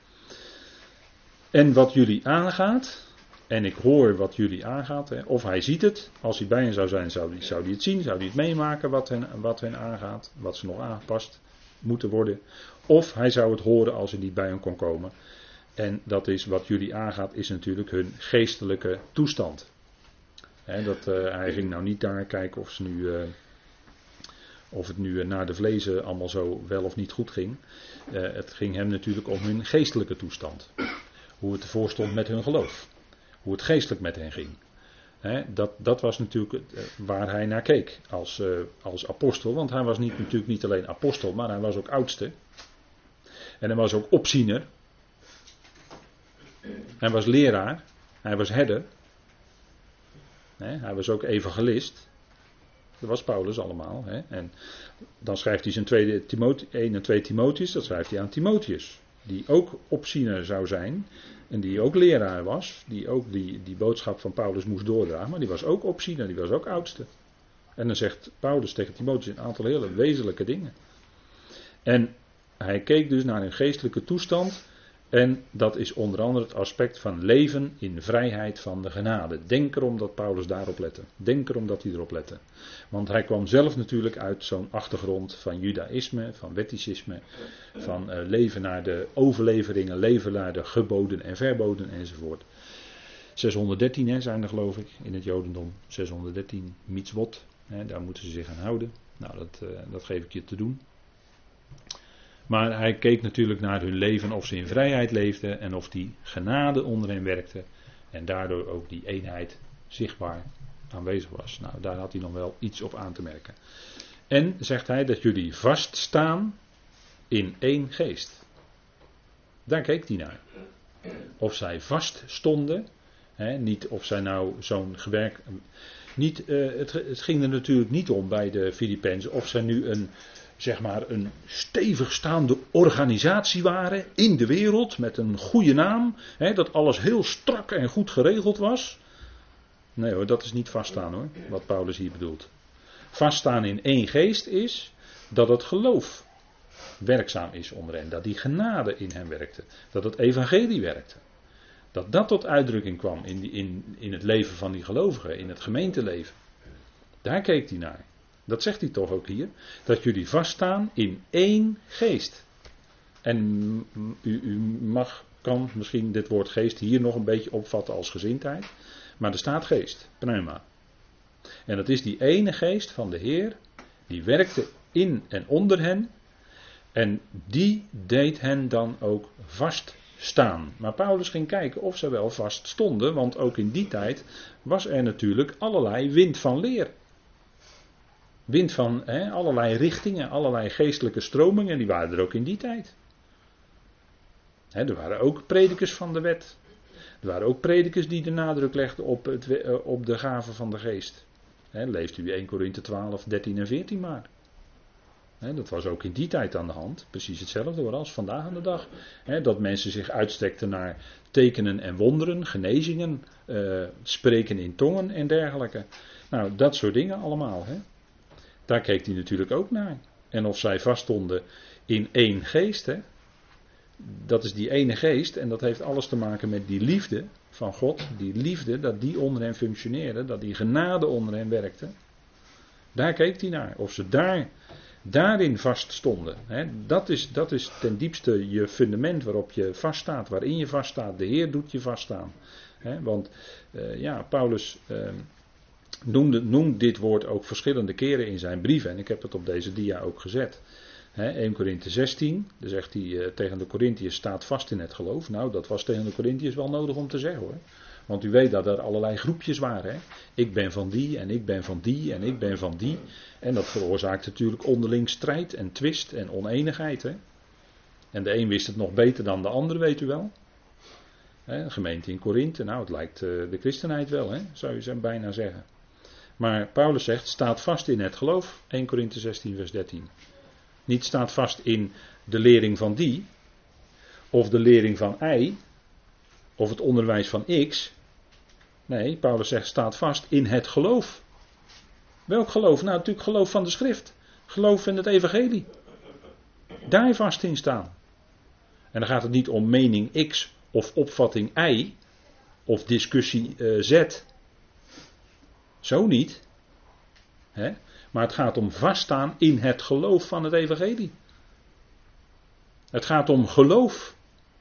A: En wat jullie aangaat, en ik hoor wat jullie aangaat, hè, of hij ziet het, als hij bij hen zou zijn, zou hij, zou hij het zien, zou hij het meemaken wat hen, wat hen aangaat, wat ze nog aangepast moeten worden. Of hij zou het horen als hij niet bij hen kon komen. En dat is wat jullie aangaat, is natuurlijk hun geestelijke toestand. Hè, dat, uh, hij ging nou niet daar kijken of ze nu... Uh, Of het nu naar de vlezen allemaal zo wel of niet goed ging. Uh, het ging hem natuurlijk om hun geestelijke toestand. Hoe het ervoor stond met hun geloof. Hoe het geestelijk met hen ging. He, dat, dat was natuurlijk uh, waar hij naar keek als, uh, als apostel. Want hij was niet, natuurlijk niet alleen apostel, maar hij was ook oudste. En hij was ook opziener. Hij was leraar. Hij was herder. He, hij was ook evangelist. Dat was Paulus allemaal. Hè? En dan schrijft hij zijn tweede Timotheus, één en twee Timotheus, dat schrijft hij aan Timotheus. die ook opziener zou zijn en die ook leraar was, die ook die, die boodschap van Paulus moest doordragen, maar die was ook opziener, die was ook oudste. En dan zegt Paulus tegen Timotheus een aantal hele wezenlijke dingen. En hij keek dus naar hun geestelijke toestand. En dat is onder andere het aspect van leven in vrijheid van de genade. Denk erom dat Paulus daarop lette. Denk erom dat hij erop lette. Want hij kwam zelf natuurlijk uit zo'n achtergrond van judaïsme, van wetticisme, van uh, leven naar de overleveringen, leven naar de geboden en verboden enzovoort. zeshonderddertien hè, zijn er geloof ik in het Jodendom. zeshonderddertien mitzvot, hè, daar moeten ze zich aan houden. Nou, dat, uh, dat geef ik je te doen. Maar hij keek natuurlijk naar hun leven, of ze in vrijheid leefden en of die genade onder hen werkte. En daardoor ook die eenheid zichtbaar aanwezig was. Nou, daar had hij nog wel iets op aan te merken. En zegt hij dat jullie vaststaan in één geest. Daar keek hij naar. Of zij vast stonden. Hè, niet of zij nou zo'n gewerk. Niet, uh, het, het ging er natuurlijk niet om bij de Filippenzen of zij nu een, zeg maar, een stevig staande organisatie waren in de wereld met een goede naam. Hè, dat alles heel strak en goed geregeld was. Nee hoor, dat is niet vaststaan hoor, wat Paulus hier bedoelt. Vaststaan in één geest is dat het geloof werkzaam is onder hen. Dat die genade in hen werkte. Dat het evangelie werkte. Dat dat tot uitdrukking kwam in, die, in, in het leven van die gelovigen, in het gemeenteleven. Daar keek hij naar. Dat zegt hij toch ook hier. Dat jullie vaststaan in één geest. En u, u mag, kan misschien dit woord geest hier nog een beetje opvatten als gezindheid. Maar er staat geest, pneuma. En dat is die ene geest van de Heer, die werkte in en onder hen. En die deed hen dan ook vaststaan. Maar Paulus ging kijken of ze wel vast stonden, want ook in die tijd was er natuurlijk allerlei wind van leer. Wind van he, allerlei richtingen, allerlei geestelijke stromingen, die waren er ook in die tijd. He, er waren ook predikers van de wet. Er waren ook predikers die de nadruk legden op, het, op de gaven van de geest. He, leest u Eerste Korinthe twaalf, dertien en veertien maar. He, dat was ook in die tijd aan de hand. Precies hetzelfde hoor, als vandaag aan de dag. He, dat mensen zich uitstrekten naar tekenen en wonderen, genezingen, uh, spreken in tongen en dergelijke. Nou, dat soort dingen allemaal. He. Daar keek hij natuurlijk ook naar. En of zij vaststonden in één geest. Hè? Dat is die ene geest. En dat heeft alles te maken met die liefde van God. Die liefde, dat die onder hen functioneerde. Dat die genade onder hen werkte. Daar keek hij naar. Of ze daar, daarin vaststonden. Hè? Dat is, dat is ten diepste je fundament waarop je vaststaat. Waarin je vaststaat. De Heer doet je vaststaan. Hè? Want uh, ja, Paulus... Uh, Noemde, noemt dit woord ook verschillende keren in zijn brieven. En ik heb het op deze dia ook gezet. He, Eerste Korinthe zestien. Dan zegt hij uh, tegen de Korinthiërs: staat vast in het geloof. Nou, dat was tegen de Korinthiërs wel nodig om te zeggen hoor. Want u weet dat er allerlei groepjes waren. Hè? Ik ben van die en ik ben van die en ik ben van die. En dat veroorzaakt natuurlijk onderling strijd en twist en oneenigheid. Hè? En de een wist het nog beter dan de ander, weet u wel. He, de gemeente in Korinthe, nou het lijkt uh, de christenheid wel, hè? Zou je bijna zeggen. Maar Paulus zegt, staat vast in het geloof, Eerste Korinthe zestien vers dertien. Niet staat vast in de lering van die, of de lering van Y, of het onderwijs van X. Nee, Paulus zegt, staat vast in het geloof. Welk geloof? Nou, natuurlijk geloof van de schrift. Geloof in het evangelie. Daar vast in staan. En dan gaat het niet om mening X, of opvatting Y, of discussie uh, Z. Zo niet. Hè? Maar het gaat om vaststaan in het geloof van het evangelie. Het gaat om geloof.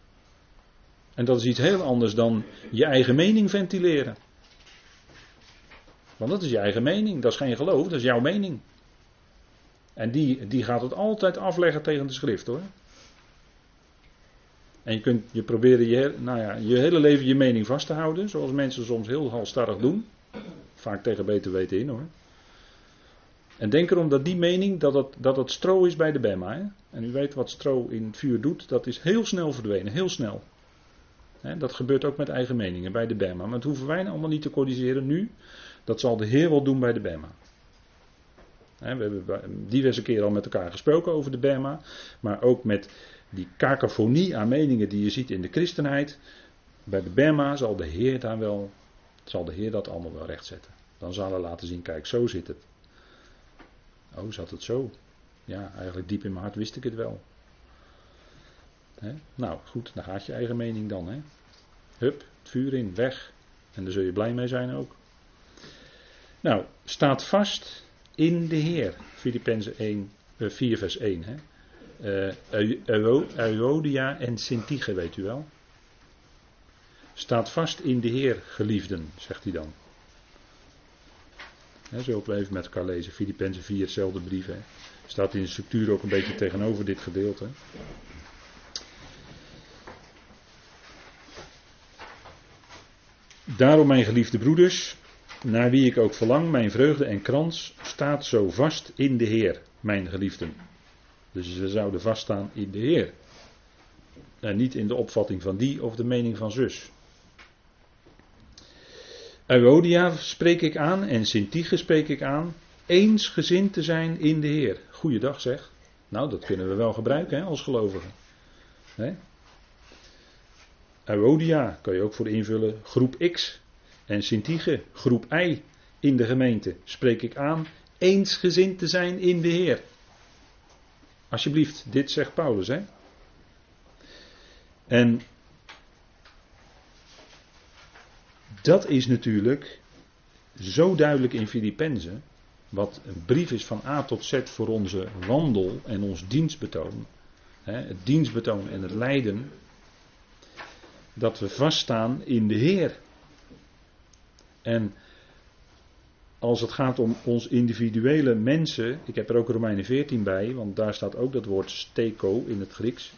A: En dat is iets heel anders dan je eigen mening ventileren. Want dat is je eigen mening, dat is geen geloof, dat is jouw mening. En die, die gaat het altijd afleggen tegen de schrift hoor. En je kunt je proberen je, nou ja, je hele leven je mening vast te houden, zoals mensen soms heel halstarrig doen. Vaak tegen beter weten in hoor. En denk erom dat die mening, dat het, dat het stro is bij de bemma. Hè? En u weet wat stro in het vuur doet, dat is heel snel verdwenen, heel snel. Hè, dat gebeurt ook met eigen meningen bij de bemma. Maar dat hoeven wij nou allemaal niet te corrigeren nu. Dat zal de Heer wel doen bij de bemma. Hè, we hebben diverse keren al met elkaar gesproken over de bemma. Maar ook met die kakofonie aan meningen die je ziet in de christenheid, bij de Bema zal de Heer daar wel, zal de Heer dat allemaal wel rechtzetten. Dan zal hij laten zien, kijk, zo zit het. Oh, zat het zo? Ja, eigenlijk diep in mijn hart wist ik het wel. He? Nou, goed, dan gaat je eigen mening dan. Hè? Hup, het vuur in, weg. En daar zul je blij mee zijn ook. Nou, staat vast in de Heer. Filippenzen één, uh, vier vers één. Hè? Uh, Euodia en Syntyche, weet u wel. Staat vast in de Heer, geliefden, zegt hij dan. He, zullen we even met elkaar lezen. Filippenzen vier, hetzelfde brief. Hè? Staat in de structuur ook een beetje tegenover dit gedeelte. Daarom, mijn geliefde broeders, naar wie ik ook verlang, mijn vreugde en krans, staat zo vast in de Heer, mijn geliefden. Dus we zouden vaststaan in de Heer. En niet in de opvatting van die of de mening van zus. Euodia spreek ik aan en Syntyche spreek ik aan. Eensgezind te zijn in de Heer. Goeiedag zeg. Nou, dat kunnen we wel gebruiken hè, als gelovigen. Hè? Euodia kan je ook voor invullen. Groep X. En Syntyche, groep Y in de gemeente. Spreek ik aan. Eensgezind te zijn in de Heer. Alsjeblieft, dit zegt Paulus hè. En dat is natuurlijk zo duidelijk in Filippenzen, wat een brief is van A tot Z voor onze wandel en ons dienstbetoon, hè, het dienstbetoon en het lijden, dat we vaststaan in de Heer. En als het gaat om ons individuele mensen, ik heb er ook Romeinen veertien bij, want daar staat ook dat woord steko in het Grieks.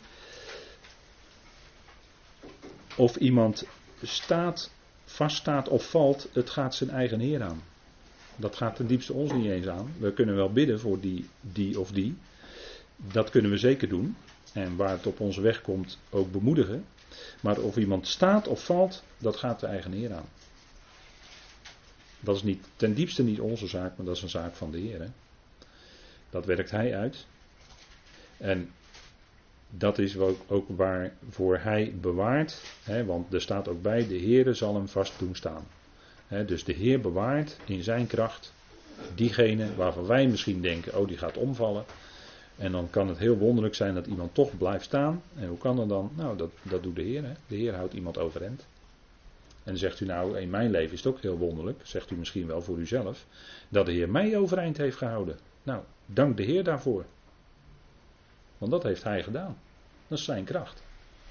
A: Of iemand staat, vaststaat of valt, het gaat zijn eigen Heer aan. Dat gaat ten diepste ons niet eens aan. We kunnen wel bidden voor die, die of die. Dat kunnen we zeker doen. En waar het op onze weg komt ook bemoedigen. Maar of iemand staat of valt, dat gaat de eigen Heer aan. Dat is niet, ten diepste niet onze zaak, maar dat is een zaak van de Heer. Hè? Dat werkt Hij uit. En dat is ook, ook waarvoor Hij bewaart. Hè, want er staat ook bij, de Heere zal hem vast doen staan. Hè, dus de Heer bewaart in zijn kracht diegene waarvan wij misschien denken, oh die gaat omvallen. En dan kan het heel wonderlijk zijn dat iemand toch blijft staan. En hoe kan dat dan? Nou, dat, dat doet de Heer. Hè? De Heer houdt iemand overeind. En dan zegt u nou, in mijn leven is het ook heel wonderlijk, zegt u misschien wel voor uzelf, dat de Heer mij overeind heeft gehouden. Nou, dank de Heer daarvoor. Want dat heeft Hij gedaan. Dat is zijn kracht.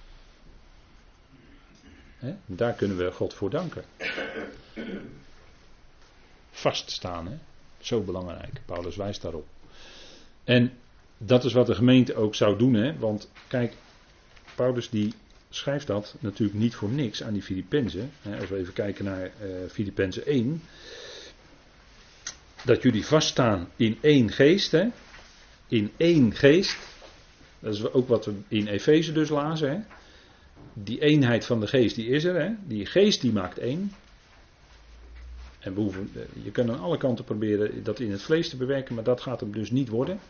A: He? Daar kunnen we God voor danken. Vaststaan, hè? Zo belangrijk. Paulus wijst daarop. En dat is wat de gemeente ook zou doen, hè? Want kijk, Paulus die schrijft dat natuurlijk niet voor niks aan die Filippenzen. Als we even kijken naar uh, Filippenzen één. Dat jullie vaststaan in één geest, hè? In één geest. Dat is ook wat we in Efeze dus lazen. Hè? Die eenheid van de geest die is er. Hè? Die geest die maakt één. En we hoeven, je kunt aan alle kanten proberen dat in het vlees te bewerken. Maar dat gaat hem dus niet worden.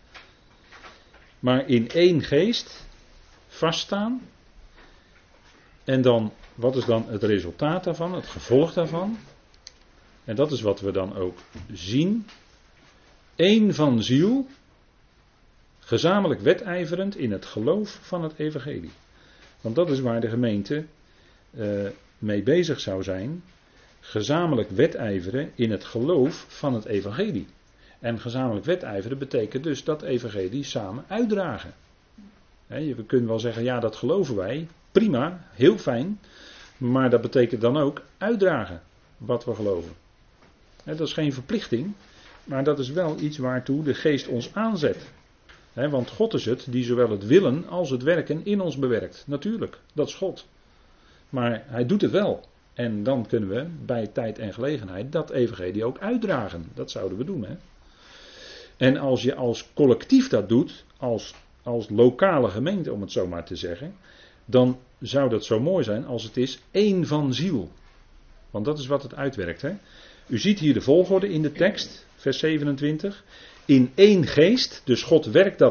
A: Maar in één geest vaststaan. En dan, wat is dan het resultaat daarvan? Het gevolg daarvan? En dat is wat we dan ook zien. Eén van ziel. Gezamenlijk wedijverend in het geloof van het evangelie. Want dat is waar de gemeente uh, mee bezig zou zijn. Gezamenlijk wedijveren in het geloof van het evangelie. En gezamenlijk wedijveren betekent dus dat evangelie samen uitdragen. He, we kunnen wel zeggen, ja dat geloven wij. Prima, heel fijn. Maar dat betekent dan ook uitdragen wat we geloven. He, dat is geen verplichting. Maar dat is wel iets waartoe de geest ons aanzet. He, want God is het die zowel het willen als het werken in ons bewerkt. Natuurlijk, dat is God. Maar Hij doet het wel. En dan kunnen we bij tijd en gelegenheid dat evangelie ook uitdragen. Dat zouden we doen. Hè? En als je als collectief dat doet, als, als lokale gemeente om het zo maar te zeggen, dan zou dat zo mooi zijn als het is één van ziel. Want dat is wat het uitwerkt. Hè? U ziet hier de volgorde in de tekst, vers zevenentwintig. In één geest, dus God werkt dat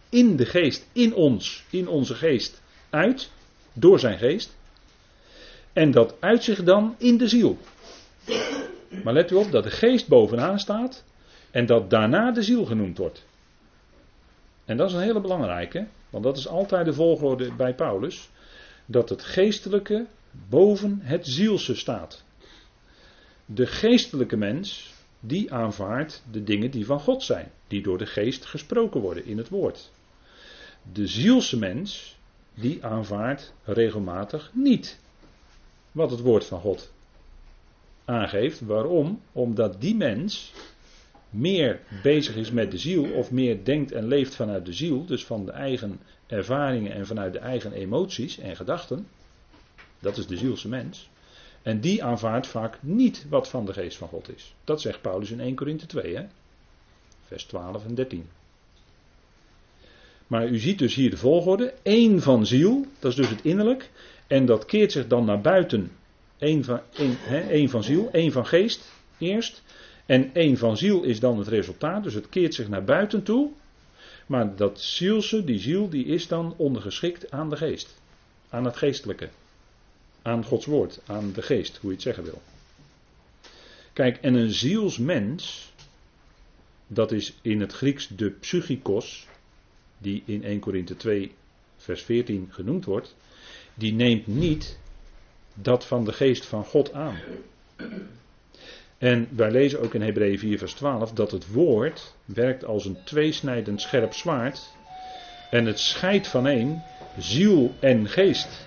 A: in de geest, in ons, in onze geest uit, door zijn geest. En dat uit zich dan in de ziel. Maar let u op dat de geest bovenaan staat en dat daarna de ziel genoemd wordt. En dat is een hele belangrijke, want dat is altijd de volgorde bij Paulus, dat het geestelijke boven het zielse staat. De geestelijke mens, die aanvaardt de dingen die van God zijn, die door de geest gesproken worden in het woord. De zielse mens, die aanvaardt regelmatig niet wat het woord van God aangeeft. Waarom? Omdat die mens meer bezig is met de ziel of meer denkt en leeft vanuit de ziel, dus van de eigen ervaringen en vanuit de eigen emoties en gedachten. Dat is de zielse mens. En die aanvaardt vaak niet wat van de geest van God is. Dat zegt Paulus in Eerste Korinthe twee, hè? Vers twaalf en dertien. Maar u ziet dus hier de volgorde. Eén van ziel, dat is dus het innerlijk. En dat keert zich dan naar buiten. Eén van, één, hè, één van ziel, één van geest eerst. En één van ziel is dan het resultaat. Dus het keert zich naar buiten toe. Maar dat zielse, die ziel, die is dan ondergeschikt aan de geest. Aan het geestelijke. Aan Gods woord, aan de geest, hoe je het zeggen wil. Kijk, en een zielsmens, dat is in het Grieks de psychikos, die in Eerste Korinthe twee vers veertien genoemd wordt, die neemt niet dat van de geest van God aan. En wij lezen ook in Hebreeën vier vers twaalf dat het woord werkt als een tweesnijdend scherp zwaard en het scheidt van één ziel en geest.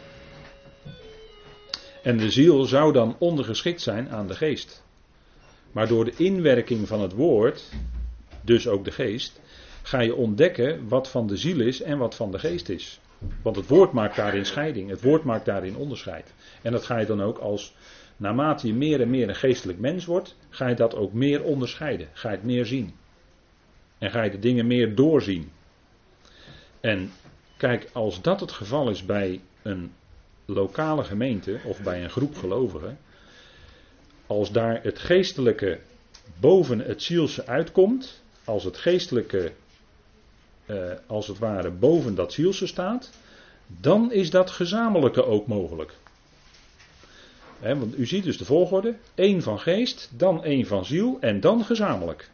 A: En de ziel zou dan ondergeschikt zijn aan de geest. Maar door de inwerking van het woord, dus ook de geest, ga je ontdekken wat van de ziel is en wat van de geest is. Want het woord maakt daarin scheiding, het woord maakt daarin onderscheid. En dat ga je dan ook als, naarmate je meer en meer een geestelijk mens wordt, ga je dat ook meer onderscheiden. Ga je het meer zien. En ga je de dingen meer doorzien. En kijk, als dat het geval is bij een lokale gemeente of bij een groep gelovigen, als daar het geestelijke boven het zielse uitkomt, als het geestelijke uh, als het ware boven dat zielse staat, dan is dat gezamenlijke ook mogelijk. He, want u ziet dus de volgorde, één van geest, dan één van ziel en dan gezamenlijk.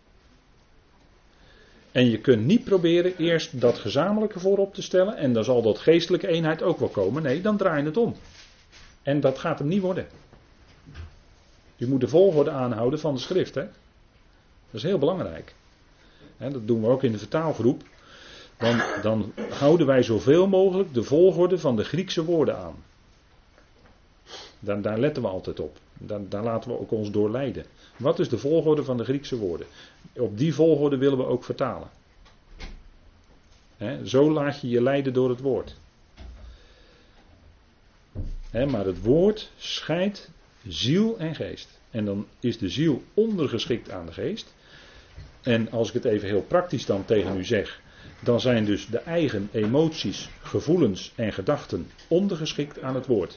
A: En je kunt niet proberen eerst dat gezamenlijke voorop te stellen en dan zal dat geestelijke eenheid ook wel komen. Nee, dan draai je het om. En dat gaat hem niet worden. Je moet de volgorde aanhouden van de schrift. Hè? Dat is heel belangrijk. He, dat doen we ook in de vertaalgroep. Dan, dan houden wij zoveel mogelijk de volgorde van de Griekse woorden aan. Daar, daar letten we altijd op. Daar, daar laten we ook ons door leiden. Wat is de volgorde van de Griekse woorden? Op die volgorde willen we ook vertalen. He, zo laat je je leiden door het woord. He, maar het woord scheidt ziel en geest. En dan is de ziel ondergeschikt aan de geest. En als ik het even heel praktisch dan tegen u zeg, dan zijn dus de eigen emoties, gevoelens en gedachten ondergeschikt aan het woord.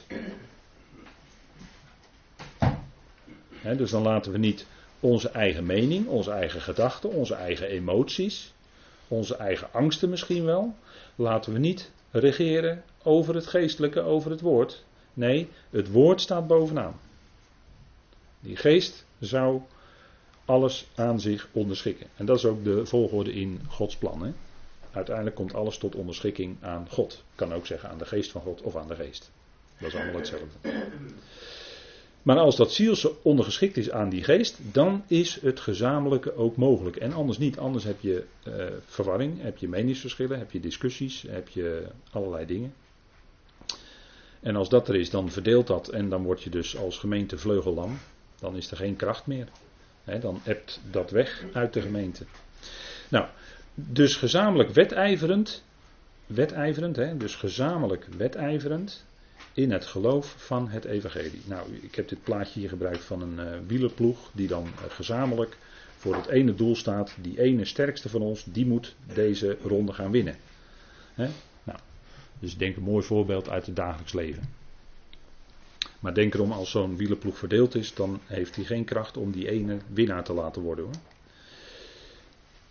A: He, dus dan laten we niet onze eigen mening, onze eigen gedachten, onze eigen emoties, onze eigen angsten misschien wel, laten we niet regeren over het geestelijke, over het woord. Nee, het woord staat bovenaan. Die geest zou alles aan zich onderschikken. En dat is ook de volgorde in Gods plan. Hè? Uiteindelijk komt alles tot onderschikking aan God. Ik kan ook zeggen aan de geest van God of aan de geest. Dat is allemaal hetzelfde. Maar als dat zielse ondergeschikt is aan die geest, dan is het gezamenlijke ook mogelijk. En anders niet. Anders heb je uh, verwarring, heb je meningsverschillen, heb je discussies, heb je allerlei dingen. En als dat er is, dan verdeelt dat en dan word je dus als gemeente vleugellam. Dan is er geen kracht meer. He, dan ebt dat weg uit de gemeente. Nou, dus gezamenlijk wedijverend, wedijverend, he, dus gezamenlijk wedijverend in het geloof van het evangelie. Nou, ik heb dit plaatje hier gebruikt van een uh, wielerploeg die dan uh, gezamenlijk voor het ene doel staat. Die ene sterkste van ons, die moet deze ronde gaan winnen. He? Nou, dus denk een mooi voorbeeld uit het dagelijks leven. Maar denk erom, als zo'n wielerploeg verdeeld is, dan heeft hij geen kracht om die ene winnaar te laten worden. Hoor.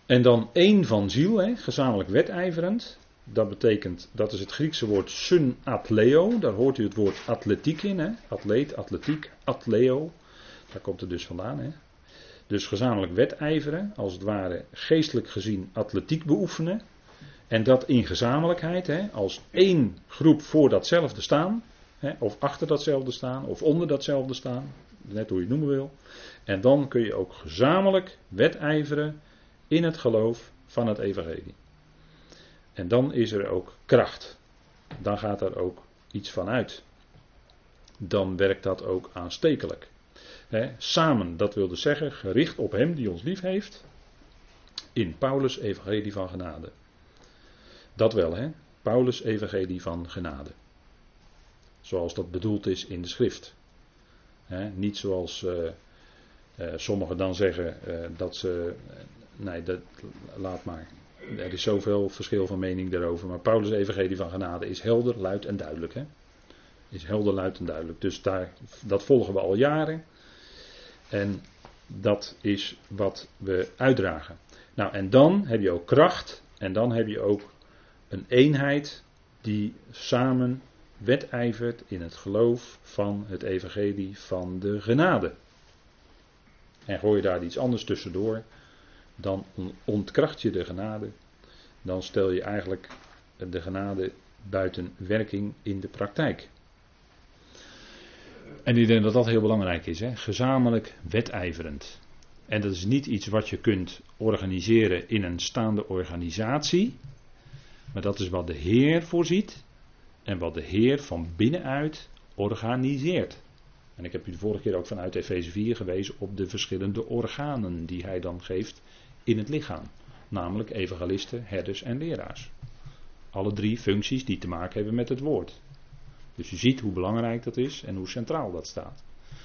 A: En dan één van ziel, hè, gezamenlijk wedijverend. Dat betekent, dat is het Griekse woord sun atleo. Daar hoort u het woord atletiek in. Hè? Atleet, atletiek, atleo. Daar komt het dus vandaan. Hè? Dus gezamenlijk wedijveren, als het ware geestelijk gezien atletiek beoefenen. En dat in gezamenlijkheid, hè, als één groep voor datzelfde staan. Hè, of achter datzelfde staan, of onder datzelfde staan. Net hoe je het noemen wil. En dan kun je ook gezamenlijk wedijveren in het geloof van het evangelie. En dan is er ook kracht. Dan gaat er ook iets van uit. Dan werkt dat ook aanstekelijk. He, samen, dat wil dus zeggen, gericht op hem die ons lief heeft. In Paulus' evangelie van genade. Dat wel, hè? Paulus' evangelie van genade. Zoals dat bedoeld is in de schrift. He, niet zoals uh, uh, sommigen dan zeggen uh, dat ze. Uh, nee, dat, laat maar. Er is zoveel verschil van mening daarover. Maar Paulus' evangelie van genade is helder, luid en duidelijk. Hè? Is helder, luid en duidelijk. Dus daar, dat volgen we al jaren. En dat is wat we uitdragen. Nou, en dan heb je ook kracht. En dan heb je ook een eenheid die samen wedijvert in het geloof van het evangelie van de genade. En gooi je daar iets anders tussendoor, dan ontkracht je de genade. Dan stel je eigenlijk de genade buiten werking in de praktijk. En ik denk dat dat heel belangrijk is. Hè? Gezamenlijk wedijverend. En dat is niet iets wat je kunt organiseren in een staande organisatie. Maar dat is wat de Heer voorziet. En wat de Heer van binnenuit organiseert. En ik heb u de vorige keer ook vanuit Efeze vier gewezen op de verschillende organen die hij dan geeft in het lichaam. Namelijk evangelisten, herders en leraars. Alle drie functies die te maken hebben met het woord. Dus u ziet hoe belangrijk dat is en hoe centraal dat staat.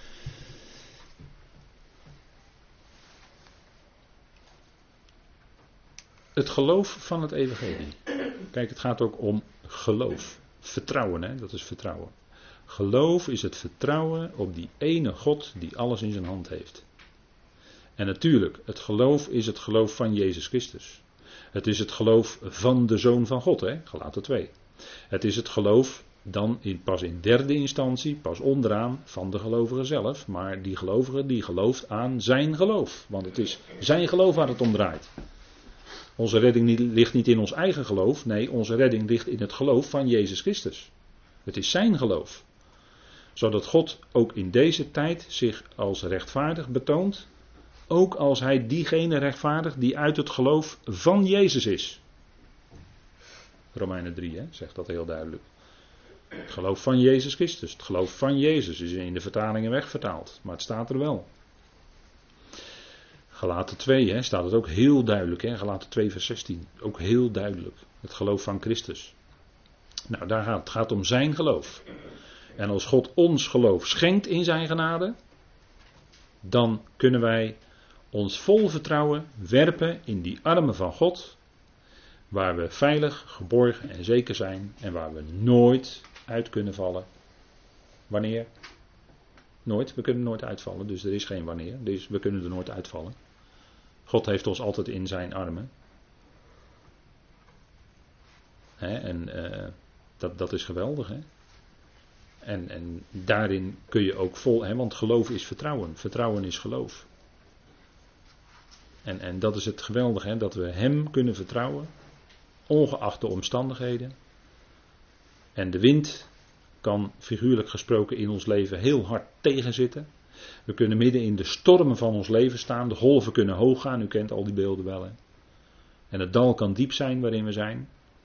A: Het geloof van het evangelie. Kijk, het gaat ook om geloof. Vertrouwen, hè? Dat is vertrouwen. Geloof is het vertrouwen op die ene God die alles in zijn hand heeft. En natuurlijk, het geloof is het geloof van Jezus Christus. Het is het geloof van de Zoon van God, hè? Galaten twee. Het is het geloof dan in, pas in derde instantie, pas onderaan van de gelovige zelf. Maar die gelovige die gelooft aan zijn geloof. Want het is zijn geloof waar het om draait. Onze redding niet, ligt niet in ons eigen geloof. Nee, onze redding ligt in het geloof van Jezus Christus. Het is zijn geloof. Zodat God ook in deze tijd zich als rechtvaardig betoont. Ook als hij diegene rechtvaardigt die uit het geloof van Jezus is. Romeinen drie, hè, zegt dat heel duidelijk. Het geloof van Jezus Christus. Het geloof van Jezus is in de vertalingen wegvertaald. Maar het staat er wel. Galaten twee, hè, staat het ook heel duidelijk. Hè? Galaten twee vers zestien. Ook heel duidelijk. Het geloof van Christus. Nou, daar gaat het gaat om zijn geloof. En als God ons geloof schenkt in zijn genade, dan kunnen wij ons vol vertrouwen werpen in die armen van God, waar we veilig, geborgen en zeker zijn en waar we nooit uit kunnen vallen. Wanneer? Nooit. We kunnen nooit uitvallen, dus er is geen wanneer. Dus we kunnen er nooit uitvallen. God heeft ons altijd in zijn armen. Hè, en uh, dat, dat is geweldig, hè. En, en daarin kun je ook vol, hè, want geloof is vertrouwen. Vertrouwen is geloof. En, en dat is het geweldige, hè, dat we hem kunnen vertrouwen, ongeacht de omstandigheden. En de wind kan figuurlijk gesproken in ons leven heel hard tegenzitten. We kunnen midden in de stormen van ons leven staan. De golven kunnen hoog gaan. U kent al die beelden wel. Hè? En het dal kan diep zijn waarin we zijn.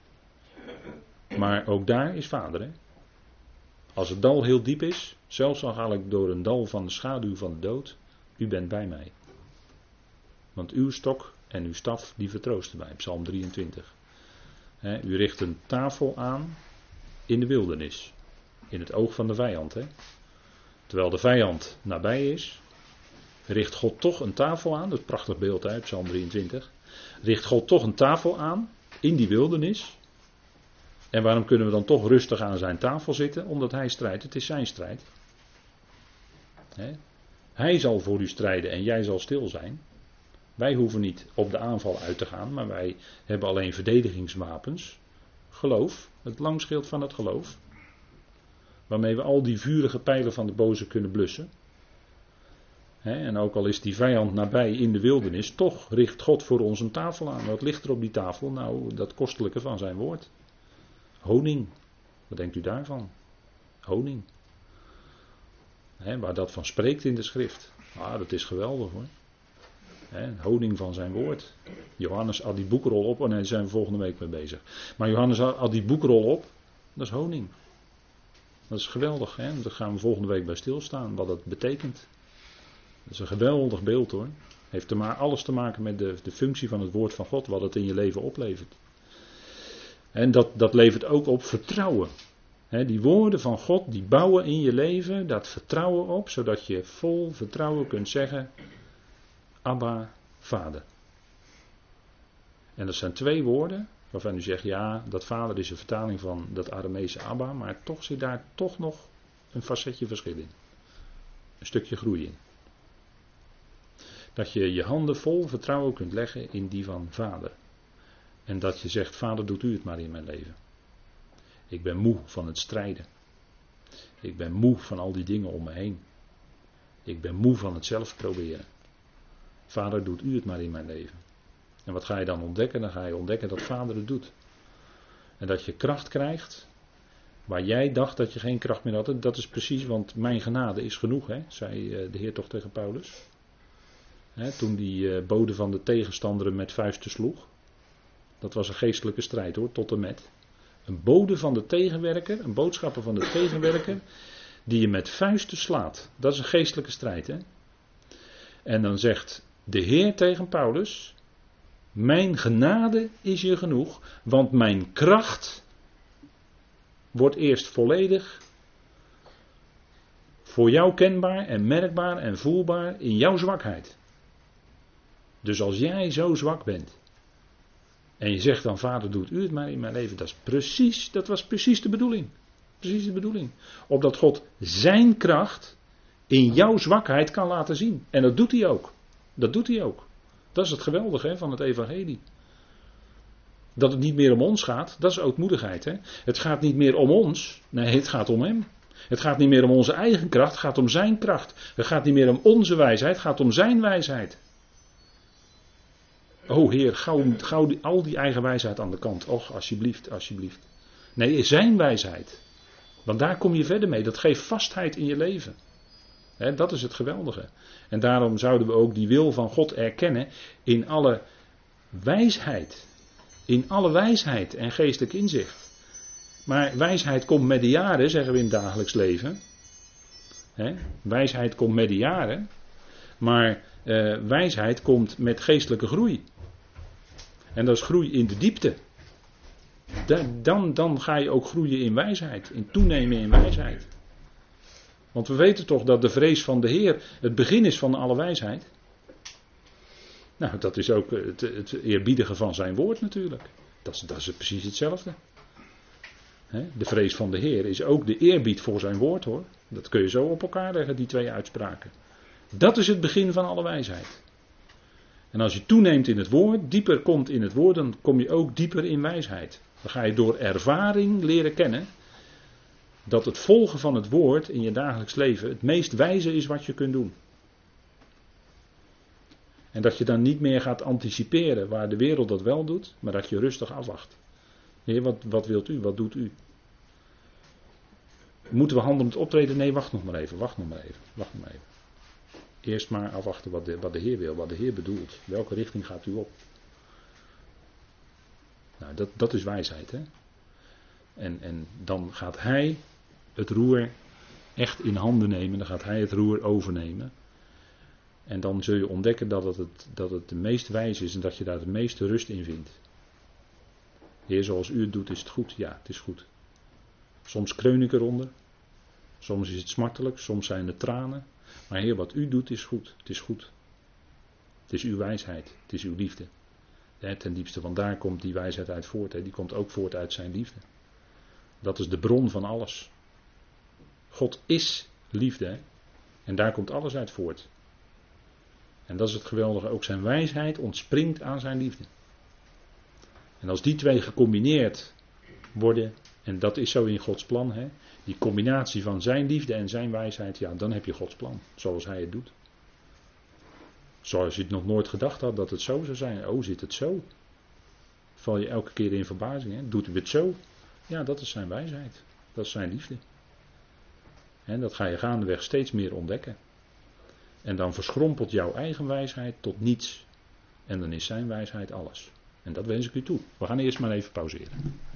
A: Maar ook daar is Vader. Hè? Als het dal heel diep is. Zelfs al ga ik door een dal van de schaduw van de dood. U bent bij mij. Want uw stok en uw staf die vertroosten mij. Psalm drieëntwintig. Hè, u richt een tafel aan in de wildernis. In het oog van de vijand. Hè? Terwijl de vijand nabij is, richt God toch een tafel aan. Dat is een prachtig beeld uit Psalm drieëntwintig. Richt God toch een tafel aan in die wildernis. En waarom kunnen we dan toch rustig aan zijn tafel zitten? Omdat hij strijdt. Het is zijn strijd. He? Hij zal voor u strijden en jij zal stil zijn. Wij hoeven niet op de aanval uit te gaan, maar wij hebben alleen verdedigingswapens. Geloof, het langschild van het geloof. Waarmee we al die vurige pijlen van de boze kunnen blussen. He, en ook al is die vijand nabij in de wildernis, toch richt God voor ons een tafel aan. Wat ligt er op die tafel? Nou, dat kostelijke van zijn woord. Honing. Wat denkt u daarvan? Honing. He, waar dat van spreekt in de schrift. Ah, dat is geweldig hoor. He, honing van zijn woord. Johannes had die boekrol op. Oh nee, daar zijn we volgende week mee bezig. Maar Johannes had die boekrol op. Dat is honing. Dat is geweldig. Hè? Daar gaan we volgende week bij stilstaan. Wat dat betekent. Dat is een geweldig beeld hoor. Heeft te ma- alles te maken met de, de functie van het woord van God. Wat het in je leven oplevert. En dat, dat levert ook op vertrouwen. He, die woorden van God die bouwen in je leven dat vertrouwen op. Zodat je vol vertrouwen kunt zeggen. Abba, Vader. En dat zijn twee woorden. Waarvan u zegt ja, dat vader is een vertaling van dat Aramese Abba. Maar toch zit daar toch nog een facetje verschil in. Een stukje groei in. Dat je je handen vol vertrouwen kunt leggen in die van vader. En dat je zegt, vader doet u het maar in mijn leven. Ik ben moe van het strijden. Ik ben moe van al die dingen om me heen. Ik ben moe van het zelf proberen. Vader doet u het maar in mijn leven. En wat ga je dan ontdekken? Dan ga je ontdekken dat vader het doet. En dat je kracht krijgt. Waar jij dacht dat je geen kracht meer had. Dat is precies, want mijn genade is genoeg. Hè, zei de Heer toch tegen Paulus. Hè, toen die bode van de tegenstanderen met vuisten sloeg. Dat was een geestelijke strijd hoor, tot en met. Een bode van de tegenwerker, een boodschapper van de tegenwerker. Die je met vuisten slaat. Dat is een geestelijke strijd. Hè. En dan zegt de Heer tegen Paulus. Mijn genade is je genoeg, want mijn kracht wordt eerst volledig voor jou kenbaar en merkbaar en voelbaar in jouw zwakheid. Dus als jij zo zwak bent en je zegt dan vader doet u het maar in mijn leven, dat is precies, dat was precies de bedoeling. Precies de bedoeling. Opdat God zijn kracht in jouw zwakheid kan laten zien. En dat doet hij ook. Dat doet hij ook. Dat is het geweldige hè, van het evangelie. Dat het niet meer om ons gaat, dat is ootmoedigheid. Hè? Het gaat niet meer om ons, nee het gaat om hem. Het gaat niet meer om onze eigen kracht, het gaat om zijn kracht. Het gaat niet meer om onze wijsheid, het gaat om zijn wijsheid. O Heer, gauw, gauw die, al die eigen wijsheid aan de kant. Och, alsjeblieft, alsjeblieft. Nee, zijn wijsheid. Want daar kom je verder mee, dat geeft vastheid in je leven. He, dat is het geweldige. En daarom zouden we ook die wil van God erkennen in alle wijsheid. In alle wijsheid en geestelijk inzicht. Maar wijsheid komt met de jaren, zeggen we in het dagelijks leven. He, wijsheid komt met de jaren. Maar uh, wijsheid komt met geestelijke groei. En dat is groei in de diepte. Da- dan, dan ga je ook groeien in wijsheid. In toenemen in wijsheid. Want we weten toch dat de vrees van de Heer het begin is van alle wijsheid. Nou, dat is ook het, het eerbiedigen van zijn woord natuurlijk. Dat is, dat is precies hetzelfde. He, de vrees van de Heer is ook de eerbied voor zijn woord hoor. Dat kun je zo op elkaar leggen, die twee uitspraken. Dat is het begin van alle wijsheid. En als je toeneemt in het woord, dieper komt in het woord, dan kom je ook dieper in wijsheid. Dan ga je door ervaring leren kennen dat het volgen van het woord in je dagelijks leven het meest wijze is wat je kunt doen. En dat je dan niet meer gaat anticiperen waar de wereld dat wel doet, maar dat je rustig afwacht. Heer, wat, wat wilt u? Wat doet u? Moeten we handelend optreden? Nee, wacht nog maar even, wacht nog maar even, wacht nog maar even. Eerst maar afwachten wat de, wat de Heer wil, wat de Heer bedoelt. Welke richting gaat u op? Nou, dat, dat is wijsheid, hè? En, en dan gaat hij het roer echt in handen nemen. Dan gaat hij het roer overnemen. En dan zul je ontdekken dat het, het, dat het de meest wijs is en dat je daar de meeste rust in vindt. Heer, zoals u het doet, is het goed? Ja, het is goed. Soms kreun ik eronder. Soms is het smartelijk, soms zijn er tranen. Maar Heer, wat u doet is goed. Het is goed. Het is uw wijsheid. Het is uw liefde. Ja, ten diepste, want daar komt die wijsheid uit voort. Hè. Die komt ook voort uit zijn liefde. Dat is de bron van alles. God is liefde. Hè. En daar komt alles uit voort. En dat is het geweldige, ook zijn wijsheid ontspringt aan zijn liefde. En als die twee gecombineerd worden, en dat is zo in Gods plan, hè, die combinatie van zijn liefde en zijn wijsheid, ja, dan heb je Gods plan, zoals hij het doet. Zoals je het nog nooit gedacht had dat het zo zou zijn. Oh, zit het zo? Val je elke keer in verbazing, hè? Doet u het zo? Ja, dat is zijn wijsheid. Dat is zijn liefde. En dat ga je gaandeweg steeds meer ontdekken. En dan verschrompelt jouw eigen wijsheid tot niets. En dan is zijn wijsheid alles. En dat wens ik u toe. We gaan eerst maar even pauzeren.